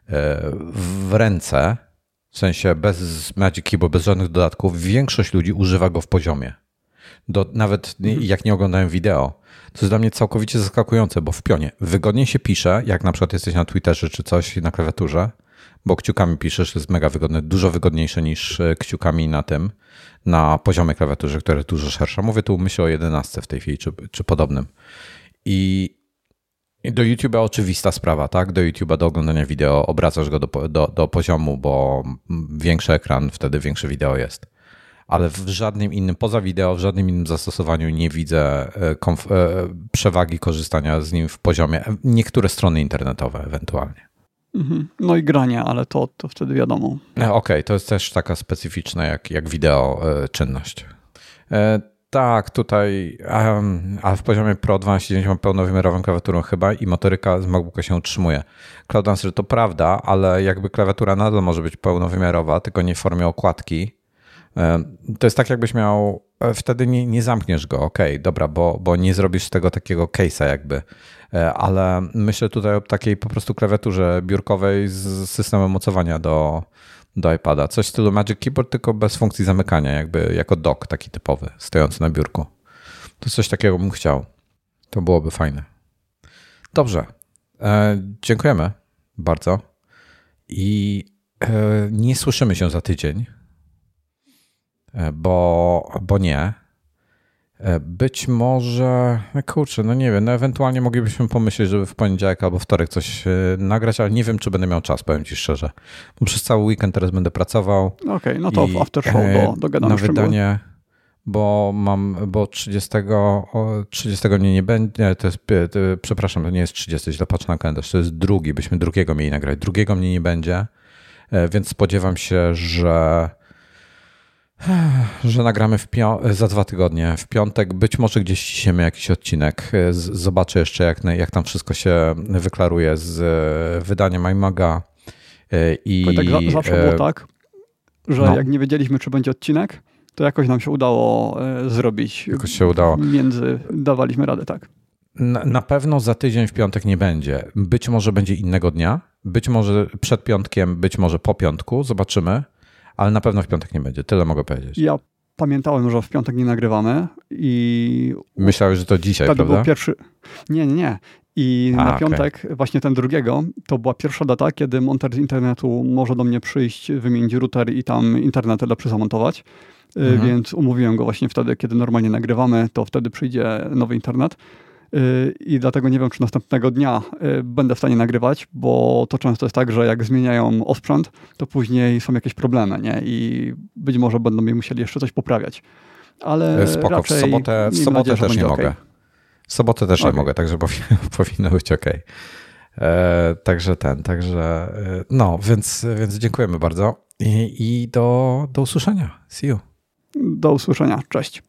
w ręce, w sensie bez Magic Keyboard, bez żadnych dodatków, większość ludzi używa go w poziomie. Do, nawet jak nie oglądają wideo. To jest dla mnie całkowicie zaskakujące, bo w pionie wygodniej się pisze, jak na przykład jesteś na Twitterze czy coś na klawiaturze, bo kciukami piszesz, to jest mega wygodne, dużo wygodniejsze niż kciukami na tym, na poziomej klawiaturze, która jest dużo szersza. Mówię tu, myślę o jedenastce w tej chwili, czy, czy podobnym. I, I do YouTube'a oczywista sprawa, tak? Do YouTube'a, do oglądania wideo, obracasz go do, do, do poziomu, bo większy ekran, wtedy większe wideo jest. Ale w żadnym innym, poza wideo, w żadnym innym zastosowaniu nie widzę komf- przewagi korzystania z nim w poziomie. Niektóre strony internetowe ewentualnie. No i granie, ale to, to wtedy wiadomo. Okej, okay, to jest też taka specyficzna jak, jak wideo e, czynność. E, tak, tutaj, um, ale w poziomie Pro dwanaście dziewięć mam pełnowymiarową klawiaturą chyba i motoryka z MacBooka się utrzymuje. Clouddancer to prawda, ale jakby klawiatura nadal może być pełnowymiarowa, tylko nie w formie okładki. E, to jest tak, jakbyś miał, e, wtedy nie, nie zamkniesz go, okej, okay, dobra, bo, bo nie zrobisz z tego takiego case'a jakby. Ale myślę tutaj o takiej po prostu klawiaturze biurkowej z systemem mocowania do, do iPada. Coś w stylu Magic Keyboard, tylko bez funkcji zamykania, jakby jako dock taki typowy, stojący na biurku. To coś takiego bym chciał. To byłoby fajne. Dobrze. E, dziękujemy bardzo. I e, nie słyszymy się za tydzień, e, bo, bo nie. Być może, kurczę, no nie wiem, no ewentualnie moglibyśmy pomyśleć, żeby w poniedziałek albo wtorek coś nagrać, ale nie wiem, czy będę miał czas, powiem ci szczerze. Bo przez cały weekend teraz będę pracował. Okej, okay, no to w after show do, dogadamy na wydanie, bo mam, bo trzydziestego, trzydziestego mnie nie będzie, to jest, to, przepraszam, to nie jest trzydziesty, źle patrzę na kalendarz, to jest drugi, byśmy drugiego mieli nagrać, drugiego mnie nie będzie, więc spodziewam się, że że nagramy w pią- za dwa tygodnie. W piątek być może gdzieś ściśniemy jakiś odcinek. Z- zobaczę jeszcze, jak, jak tam wszystko się wyklaruje z wydaniem iMaga. I, tak za- zawsze było tak, że no. jak nie wiedzieliśmy, czy będzie odcinek, to jakoś nam się udało e, zrobić. Jakoś się udało. Między dawaliśmy radę, tak. Na, na pewno za tydzień w piątek nie będzie. Być może będzie innego dnia. Być może przed piątkiem, być może po piątku. Zobaczymy. Ale na pewno w piątek nie będzie. Tyle mogę powiedzieć. Ja pamiętałem, że w piątek nie nagrywamy i... Myślałeś, że to dzisiaj, wtedy prawda? Był pierwszy... Nie, nie, nie. I A, na piątek, okay. właśnie ten drugiego, to była pierwsza data, kiedy monter z internetu może do mnie przyjść, wymienić router i tam internet lepszy zamontować. Mhm. Więc umówiłem go właśnie wtedy, kiedy normalnie nagrywamy, to wtedy przyjdzie nowy internet. I dlatego nie wiem, czy następnego dnia będę w stanie nagrywać, bo to często jest tak, że jak zmieniają osprzęt, to później są jakieś problemy, nie? I być może będą mi musieli jeszcze coś poprawiać. Ale spoko, raczej w sobotę, w sobotę nadzieję, też nie okay. mogę. W sobotę też okay. nie mogę, także powinno, powinno być ok. E, także ten, także no, więc, więc dziękujemy bardzo i, i do, do usłyszenia. See you. Do usłyszenia. Cześć.